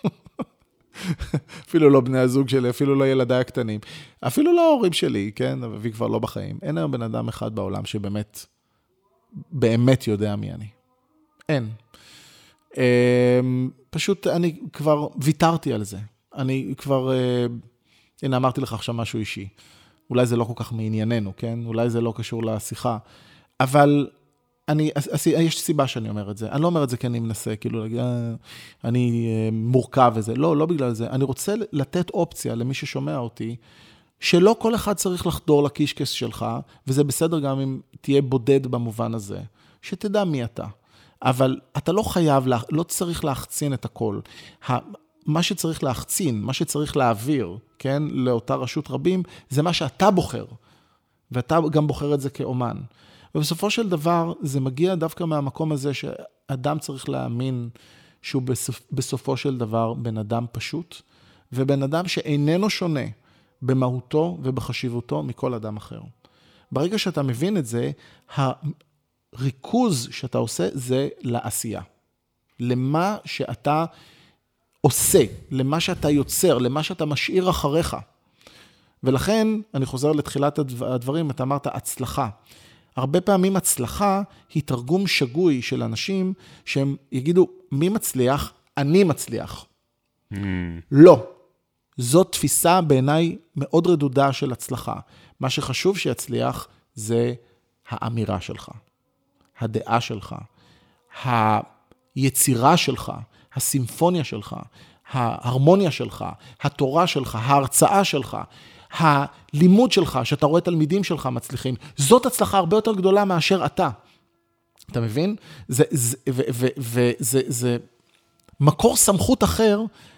אפילו לא בני הזוג שלי, אפילו לא ילדיי הקטנים, אפילו לא ההורים שלי, כן, אבי כבר לא בחיים. אין היום בן אדם אחד בעולם שבאמת, באמת יודע מי אני. אין. פשוט אני כבר ויתרתי על זה. אני כבר, הנה אמרתי לך עכשיו משהו אישי. אולי זה לא כל כך מענייננו, כן? אולי זה לא קשור לשיחה. אבל אני, יש סיבה שאני אומר את זה. אני לא אומר את זה כי אני מנסה, כאילו, אני מורכב וזה. לא, לא בגלל זה. אני רוצה לתת אופציה למי ששומע אותי, שלא כל אחד צריך לחדור לקישקס שלך, וזה בסדר גם אם תהיה בודד במובן הזה. שתדע מי אתה. אבל אתה לא חייב, לא צריך להחצין את הכל. מה שצריך להחצין, מה שצריך להעביר, כן, לאותה רשות רבים, זה מה שאתה בוחר. ואתה גם בוחר את זה כאומן. ובסופו של דבר, זה מגיע דווקא מהמקום הזה שאדם צריך להאמין שהוא בסופ, בסופו של דבר בן אדם פשוט, ובן אדם שאיננו שונה במהותו ובחשיבותו מכל אדם אחר. ברגע שאתה מבין את זה, הריכוז שאתה עושה זה לעשייה. למה שאתה עושה, למה שאתה יוצר, למה שאתה משאיר אחריך. ולכן, אני חוזר לתחילת הדברים, אתה אמרת הצלחה. הרבה פעמים הצלחה היא תרגום שגוי של אנשים שהם יגידו, מי מצליח? אני מצליח. Mm. לא. זאת תפיסה בעיניי מאוד רדודה של הצלחה. מה שחשוב שיצליח זה האמירה שלך, הדעה שלך, היצירה שלך, הסימפוניה שלך, ההרמוניה שלך, התורה שלך, ההרצאה שלך, הלימוד שלך, שאתה רואה תלמידים שלך מצליחים, זאת הצלחה הרבה יותר גדולה מאשר אתה. אתה מבין? זה, זה, ו, ו, ו, זה, זה מקור סמכות אחר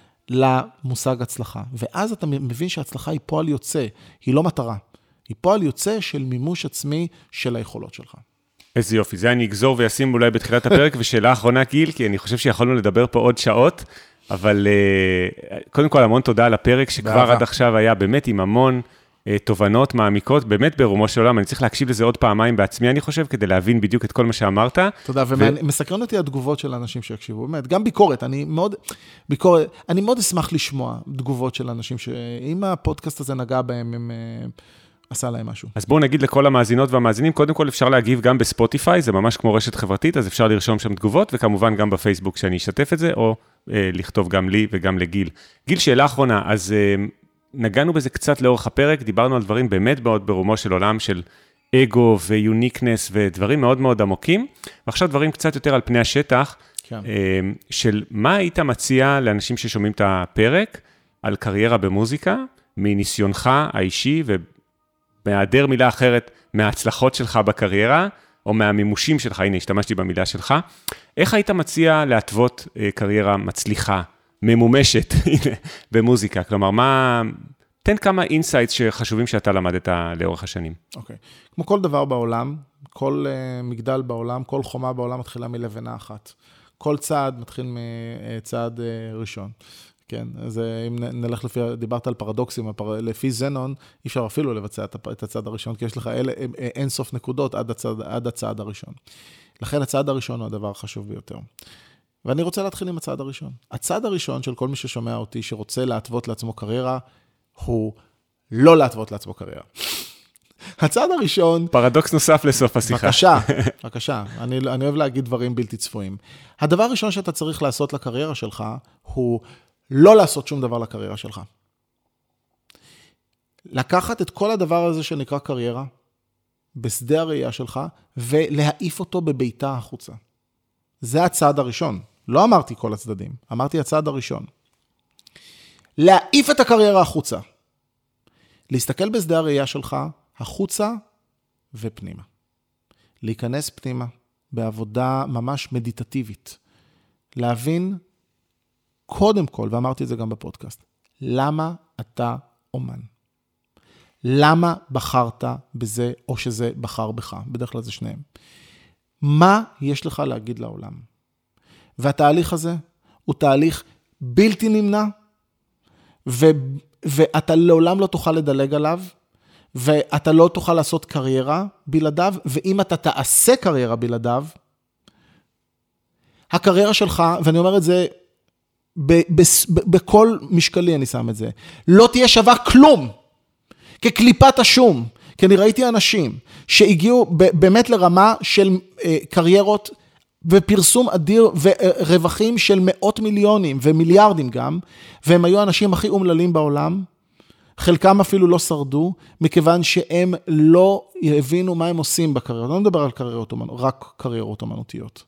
למושג הצלחה. ואז אתה מבין שההצלחה היא פועל יוצא, היא לא מטרה. היא פועל יוצא של מימוש עצמי של היכולות שלך. איזה יופי, זה אני אגזור וישים אולי בתחילת הפרק, ושאלה האחרונה גיל, כי אני חושב שיכולנו לדבר פה עוד שעות, אבל קודם כל המון תודה על הפרק, שכבר עד עכשיו היה באמת עם המון תובנות מעמיקות, באמת ברומו של עולם, אני צריך להקשיב לזה עוד פעמיים בעצמי, אני חושב, כדי להבין בדיוק את כל מה שאמרת. תודה, ומסקרן אותי התגובות של האנשים שיקשיבו, באמת, גם ביקורת, אני מאוד, ביקורת, אני מאוד אשמח לשמוע תגובות של אנשים, שאם הפודקאסט הזה נגע בהם, הם עשה להם משהו. אז בואו נגיד לכל המאזינות והמאזינים, קודם כל אפשר להגיב גם בספוטיפיי, זה ממש כמו רשת חברתית, אז אפשר לרשום שם תגובות, וכמובן גם בפייסבוק שאני אשתף את זה, או אה, לכתוב גם לי וגם לגיל. גיל, שאלה אחרונה, אז אה, נגענו בזה קצת לאורך הפרק, דיברנו על דברים באמת מאוד ברומו של עולם, של אגו ויוניקנס ודברים מאוד מאוד עמוקים, ועכשיו דברים קצת יותר על פני השטח, כן. אה, של מה היית מציע לאנשים ששומעים את הפרק, על קריירה במוזיקה, מניסיונך האישי ו... מהיעדר מילה אחרת, מההצלחות שלך בקריירה, או מהמימושים שלך, הנה, השתמשתי במילה שלך, איך היית מציע להתוות קריירה מצליחה, ממומשת, במוזיקה? כלומר, מה... תן כמה אינסייטס שחשובים שאתה למדת לאורך השנים. אוקיי. כמו כל דבר בעולם, כל מגדל בעולם, כל חומה בעולם מתחילה מלבנה אחת. כל צעד מתחיל מצעד ראשון. כן, אז אם נלך לפי, דיברת על פרדוקסים, לפי זנון, אי אפשר אפילו לבצע את הצעד הראשון, כי יש לך אלה, אין סוף נקודות עד הצעד, עד הצעד הראשון. לכן הצעד הראשון הוא הדבר החשוב ביותר. ואני רוצה להתחיל עם הצעד הראשון. הצעד הראשון של כל מי ששומע אותי, שרוצה להתוות לעצמו קריירה, הוא לא להתוות לעצמו קריירה. הצעד הראשון... פרדוקס נוסף לסוף השיחה. בבקשה, בבקשה. אני, אני אוהב להגיד דברים בלתי צפויים. הדבר הראשון שאתה צריך לעשות לקריירה שלך, הוא לא לעשות שום דבר לקריירה שלך. לקחת את כל הדבר הזה שנקרא קריירה, בשדה הראייה שלך, ולהעיף אותו בביתה החוצה. זה הצעד הראשון. לא אמרתי כל הצדדים, אמרתי הצעד הראשון. להעיף את הקריירה החוצה. להסתכל בשדה הראייה שלך, החוצה ופנימה. להיכנס פנימה, בעבודה ממש מדיטטיבית. להבין, קודם כל, ואמרתי את זה גם בפודקאסט, למה אתה אומן? למה בחרת בזה, או שזה בחר בך? בדרך כלל זה שניהם. מה יש לך להגיד לעולם? והתהליך הזה הוא תהליך בלתי נמנע, ו, ואתה לעולם לא תוכל לדלג עליו, ואתה לא תוכל לעשות קריירה בלעדיו, ואם אתה תעשה קריירה בלעדיו, הקריירה שלך, ואני אומר את זה, ב, ב, ב, בכל משקלי אני שם את זה, לא תהיה שווה כלום, כקליפת השום, כי אני ראיתי אנשים שהגיעו ב, באמת לרמה של אה, קריירות, ופרסום אדיר ורווחים של מאות מיליונים ומיליארדים גם, והם היו האנשים הכי אומללים בעולם, חלקם אפילו לא שרדו, מכיוון שהם לא הבינו מה הם עושים בקריירות. לא מדבר על קריירות אומנותיות, רק קריירות אומנותיות.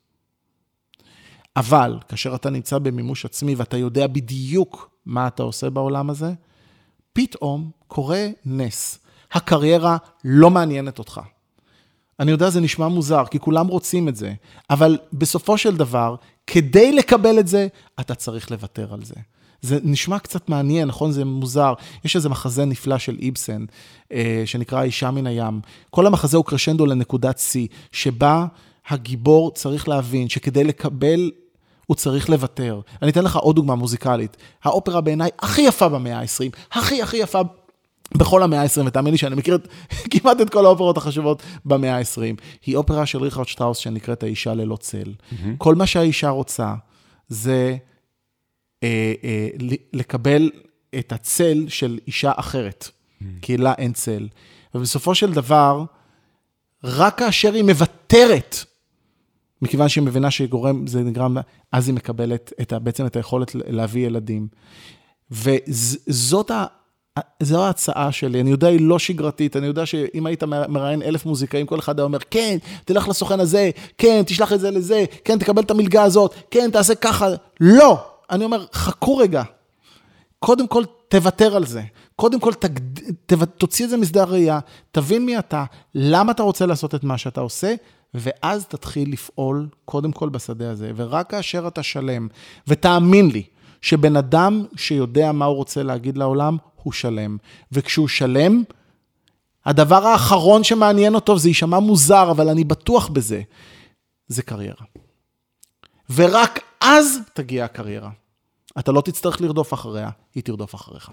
אבל, כאשר אתה נמצא במימוש עצמי, ואתה יודע בדיוק מה אתה עושה בעולם הזה, פתאום קורה נס. הקריירה לא מעניינת אותך. אני יודע, זה נשמע מוזר, כי כולם רוצים את זה, אבל בסופו של דבר, כדי לקבל את זה, אתה צריך לוותר על זה. זה נשמע קצת מעניין, נכון? זה מוזר. יש איזה מחזה נפלא של איבסן, שנקרא אישה מן הים. כל המחזה הוא קרשנדו לנקודת C, שבה הגיבור צריך להבין שכדי לקבל, הוא צריך לוותר. אני אתן לך עוד דוגמה מוזיקלית. האופרה בעיניי הכי יפה במאה ה-עשרים, הכי הכי יפה בכל המאה ה-עשרים, ותאמין לי שאני מכיר את, כמעט את כל האופרות החשובות במאה ה-עשרים. היא אופרה של ריכרד שטראוס שנקראת האישה ללא צל. Mm-hmm. כל מה שהאישה רוצה זה אה, אה, לקבל את הצל של אישה אחרת, mm-hmm. כי לה אין צל. ובסופו של דבר, רק כאשר היא מוותרת, מכיוון שהיא מבינה שגורם, זה נגרם, אז היא מקבלת את, בעצם את היכולת להביא ילדים. וזאת ה... זו ההצעה שלי, אני יודע היא לא שגרתית, אני יודע שאם היית מראיין אלף מוזיקאים, כל אחד היה אומר, כן, תלך לסוכן הזה, כן, תשלח את זה לזה, כן, תקבל את המלגה הזאת, כן, תעשה ככה, לא, אני אומר, חכו רגע, קודם כל תוותר על זה, קודם כל תגד... תוציא את זה משדה הראייה, תבין מי אתה, למה אתה רוצה לעשות את מה שאתה עושה, ואז תתחיל לפעול קודם כל בשדה הזה, ורק כאשר אתה שלם, ותאמין לי, שבן אדם שיודע מה הוא רוצה להגיד לעולם, הוא שלם. וכשהוא שלם, הדבר האחרון שמעניין אותו, זה יישמע מוזר, אבל אני בטוח בזה, זה קריירה. ורק אז תגיע הקריירה. אתה לא תצטרך לרדוף אחריה, היא תרדוף אחריך.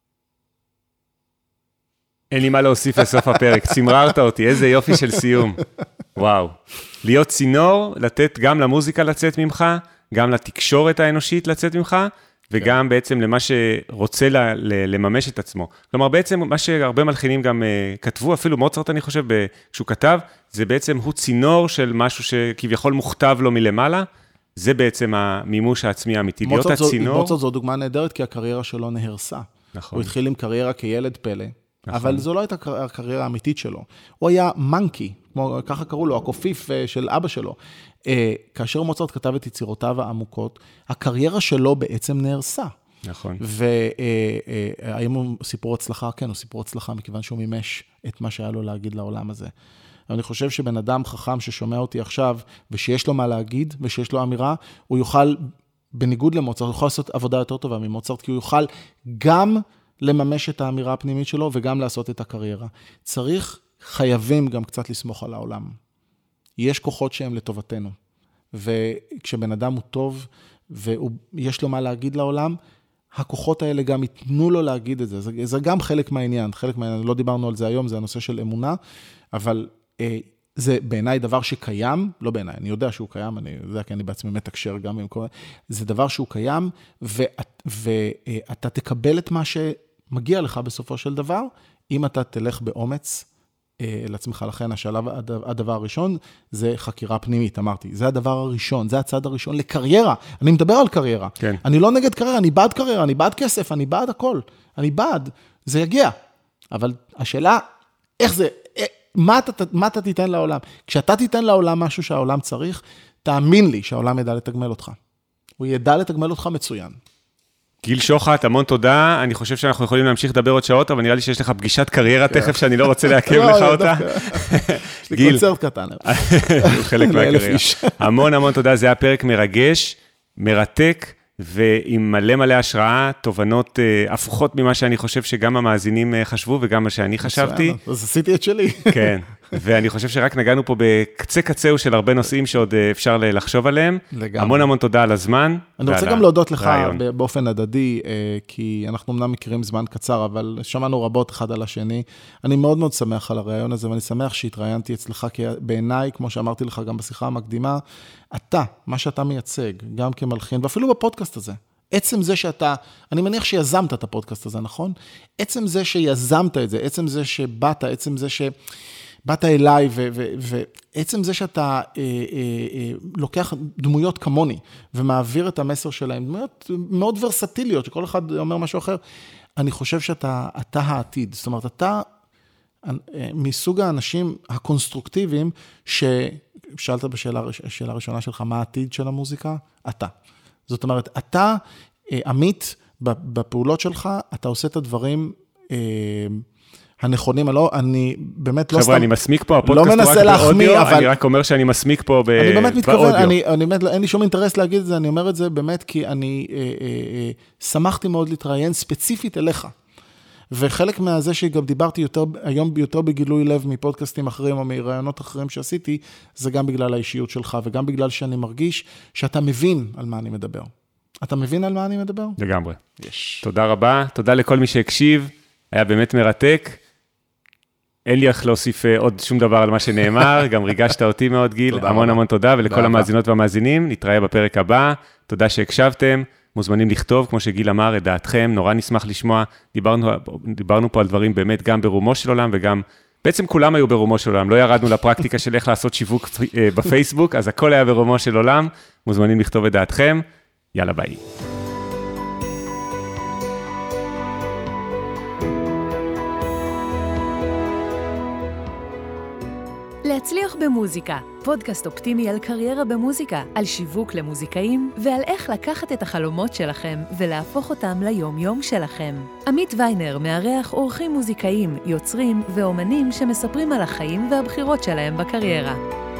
אין לי מה להוסיף לסוף הפרק, צמררת אותי, איזה יופי של סיום. וואו. להיות צינור, לתת גם למוזיקה לצאת ממך, גם לתקשורת האנושית לצאת ממך, וגם בעצם למה שרוצה לממש את עצמו. כלומר, בעצם מה שהרבה מלחינים גם כתבו, אפילו מוצרט אני חושב, כשהוא כתב, זה בעצם הוא צינור של משהו שכביכול מוכתב לו מלמעלה, זה בעצם המימוש העצמי האמיתי. להיות הצינור... מוצרט זו דוגמה נהדרת, כי הקריירה שלו נהרסה. נכון. הוא התחיל עם קריירה כילד פלא, אבל זו לא הייתה הקריירה האמיתית שלו. הוא היה מנקי, כמו ככה קראו לו, הקופיף של אבא שלו. כאשר מוצרט כתב את יצירותיו העמוקות, הקריירה שלו בעצם נהרסה. נכון. והאם הוא סיפור הצלחה? כן, הוא סיפור הצלחה, מכיוון שהוא מימש את מה שהיה לו להגיד לעולם הזה. אני חושב שבן אדם חכם ששומע אותי עכשיו, ושיש לו מה להגיד, ושיש לו אמירה, הוא יוכל, בניגוד למוצרט, הוא יכול לעשות עבודה יותר טובה ממוצרט, כי הוא יוכל גם לממש את האמירה הפנימית שלו, וגם לעשות את הקריירה. צריך, חייבים גם קצת לסמוך על העולם. יש כוחות שהם לטובתנו, וכשבן אדם הוא טוב, ויש לו מה להגיד לעולם, הכוחות האלה גם ייתנו לו להגיד את זה. זה, זה גם חלק מהעניין, חלק מהעניין, לא דיברנו על זה היום, זה הנושא של אמונה, אבל אה, זה בעיניי דבר שקיים, לא בעיניי, אני יודע שהוא קיים, אני יודע כי אני בעצמי מתקשר גם עם כל... זה דבר שהוא קיים, ואת, ואתה תקבל את מה שמגיע לך בסופו של דבר, אם אתה תלך באומץ, לעצמך. לכן השלב, הדבר הראשון, זה חקירה פנימית, אמרתי. זה הדבר הראשון, זה הצד הראשון לקריירה. אני מדבר על קריירה. כן. אני לא נגד קריירה, אני בעד קריירה, אני בעד כסף, אני בעד הכל. אני בעד, זה יגיע. אבל השאלה, איך זה, מה אתה, מה אתה תיתן לעולם? כשאתה תיתן לעולם משהו שהעולם צריך, תאמין לי שהעולם ידע לתגמל אותך. הוא ידע לתגמל אותך מצוין. גיל שוחט, המון תודה. אני חושב שאנחנו יכולים להמשיך לדבר עוד שעות, אבל נראה לי שיש לך פגישת קריירה תכף, שאני לא רוצה לעכב לך אותה. יש לי קונצרט קטן. חלק מהקריירה. המון המון תודה, זה היה פרק מרגש, מרתק, ועם מלא מלא השראה, תובנות הפוכות ממה שאני חושב שגם המאזינים חשבו, וגם מה שאני חשבתי. אז עשיתי את שלי. כן, ואני חושב שרק נגענו פה בקצה קצהו של הרבה נושאים שעוד אפשר לחשוב עליהם. לגמרי. המון המון תודה על הזמן. אני רוצה גם להודות לך באופן הדדי, כי אנחנו אמנם מכירים זמן קצר, אבל שמענו רבות אחד על השני. אני מאוד מאוד שמח על הרעיון הזה, ואני שמח שהתראיינתי אצלך, כי בעיניי, כמו שאמרתי לך גם בשיחה המקדימה, אתה, מה שאתה מייצג, גם כמלחין, ואפילו בפודקאסט הזה, עצם זה שאתה, אני מניח שיזמת את הפודקאסט הזה, נכון? עצם זה שיזמת את זה, עצם זה שבאת, עצם זה שבאת אליי, ועצם זה שאתה אה, אה, אה, לוקח דמויות כמוני, ומעביר את המסר שלהם, דמויות מאוד ורסטיליות, שכל אחד אומר משהו אחר, אני חושב שאתה אתה העתיד, זאת אומרת, אתה מסוג האנשים הקונסטרוקטיביים, ששאלת בשאלה השאלה הראשונה שלך, מה העתיד של המוזיקה? אתה. זאת אומרת, אתה, עמית, בפעולות שלך, אתה עושה את הדברים הנכונים, אני באמת לא סתם... חבר'ה, אני מסמיק פה, הפודקאסט הוא רק באודיו, אני רק אומר שאני מסמיק פה באודיו. אני באמת מתכוון, אני באמת, אין לי שום אינטרס להגיד את זה, אני אומר את זה באמת, כי אני שמחתי מאוד להתראיין ספציפית אליך. וחלק מהזה שגם דיברתי יותר, היום יותר בגילוי לב מפודקאסטים אחרים או מרעיונות אחרים שעשיתי, זה גם בגלל האישיות שלך, וגם בגלל שאני מרגיש שאתה מבין על מה אני מדבר. אתה מבין על מה אני מדבר? לגמרי. יש. תודה רבה, תודה לכל מי שהקשיב, היה באמת מרתק. אין לי איך להוסיף עוד שום דבר על מה שנאמר, גם ריגשת אותי מאוד גיל, המון המון תודה, ולכל המאזינות והמאזינים, נתראה בפרק הבא, תודה שהקשבתם. מוזמנים לכתוב, כמו שגיל אמר, את דעתכם, נורא נשמח לשמוע, דיברנו, דיברנו פה על דברים באמת גם ברומו של עולם, וגם, בעצם כולם היו ברומו של עולם, לא ירדנו לפרקטיקה של איך לעשות שיווק בפייסבוק, אז הכל היה ברומו של עולם, מוזמנים לכתוב את דעתכם, יאללה ביי. להצליח במוזיקה, פודקאסט אופטימי על קריירה במוזיקה, על שיווק למוזיקאים ועל איך לקחת את החלומות שלכם ולהפוך אותם ליום-יום שלכם. עמית ויינר מארח אורחים מוזיקאים, יוצרים ואומנים שמספרים על החיים והבחירות שלהם בקריירה.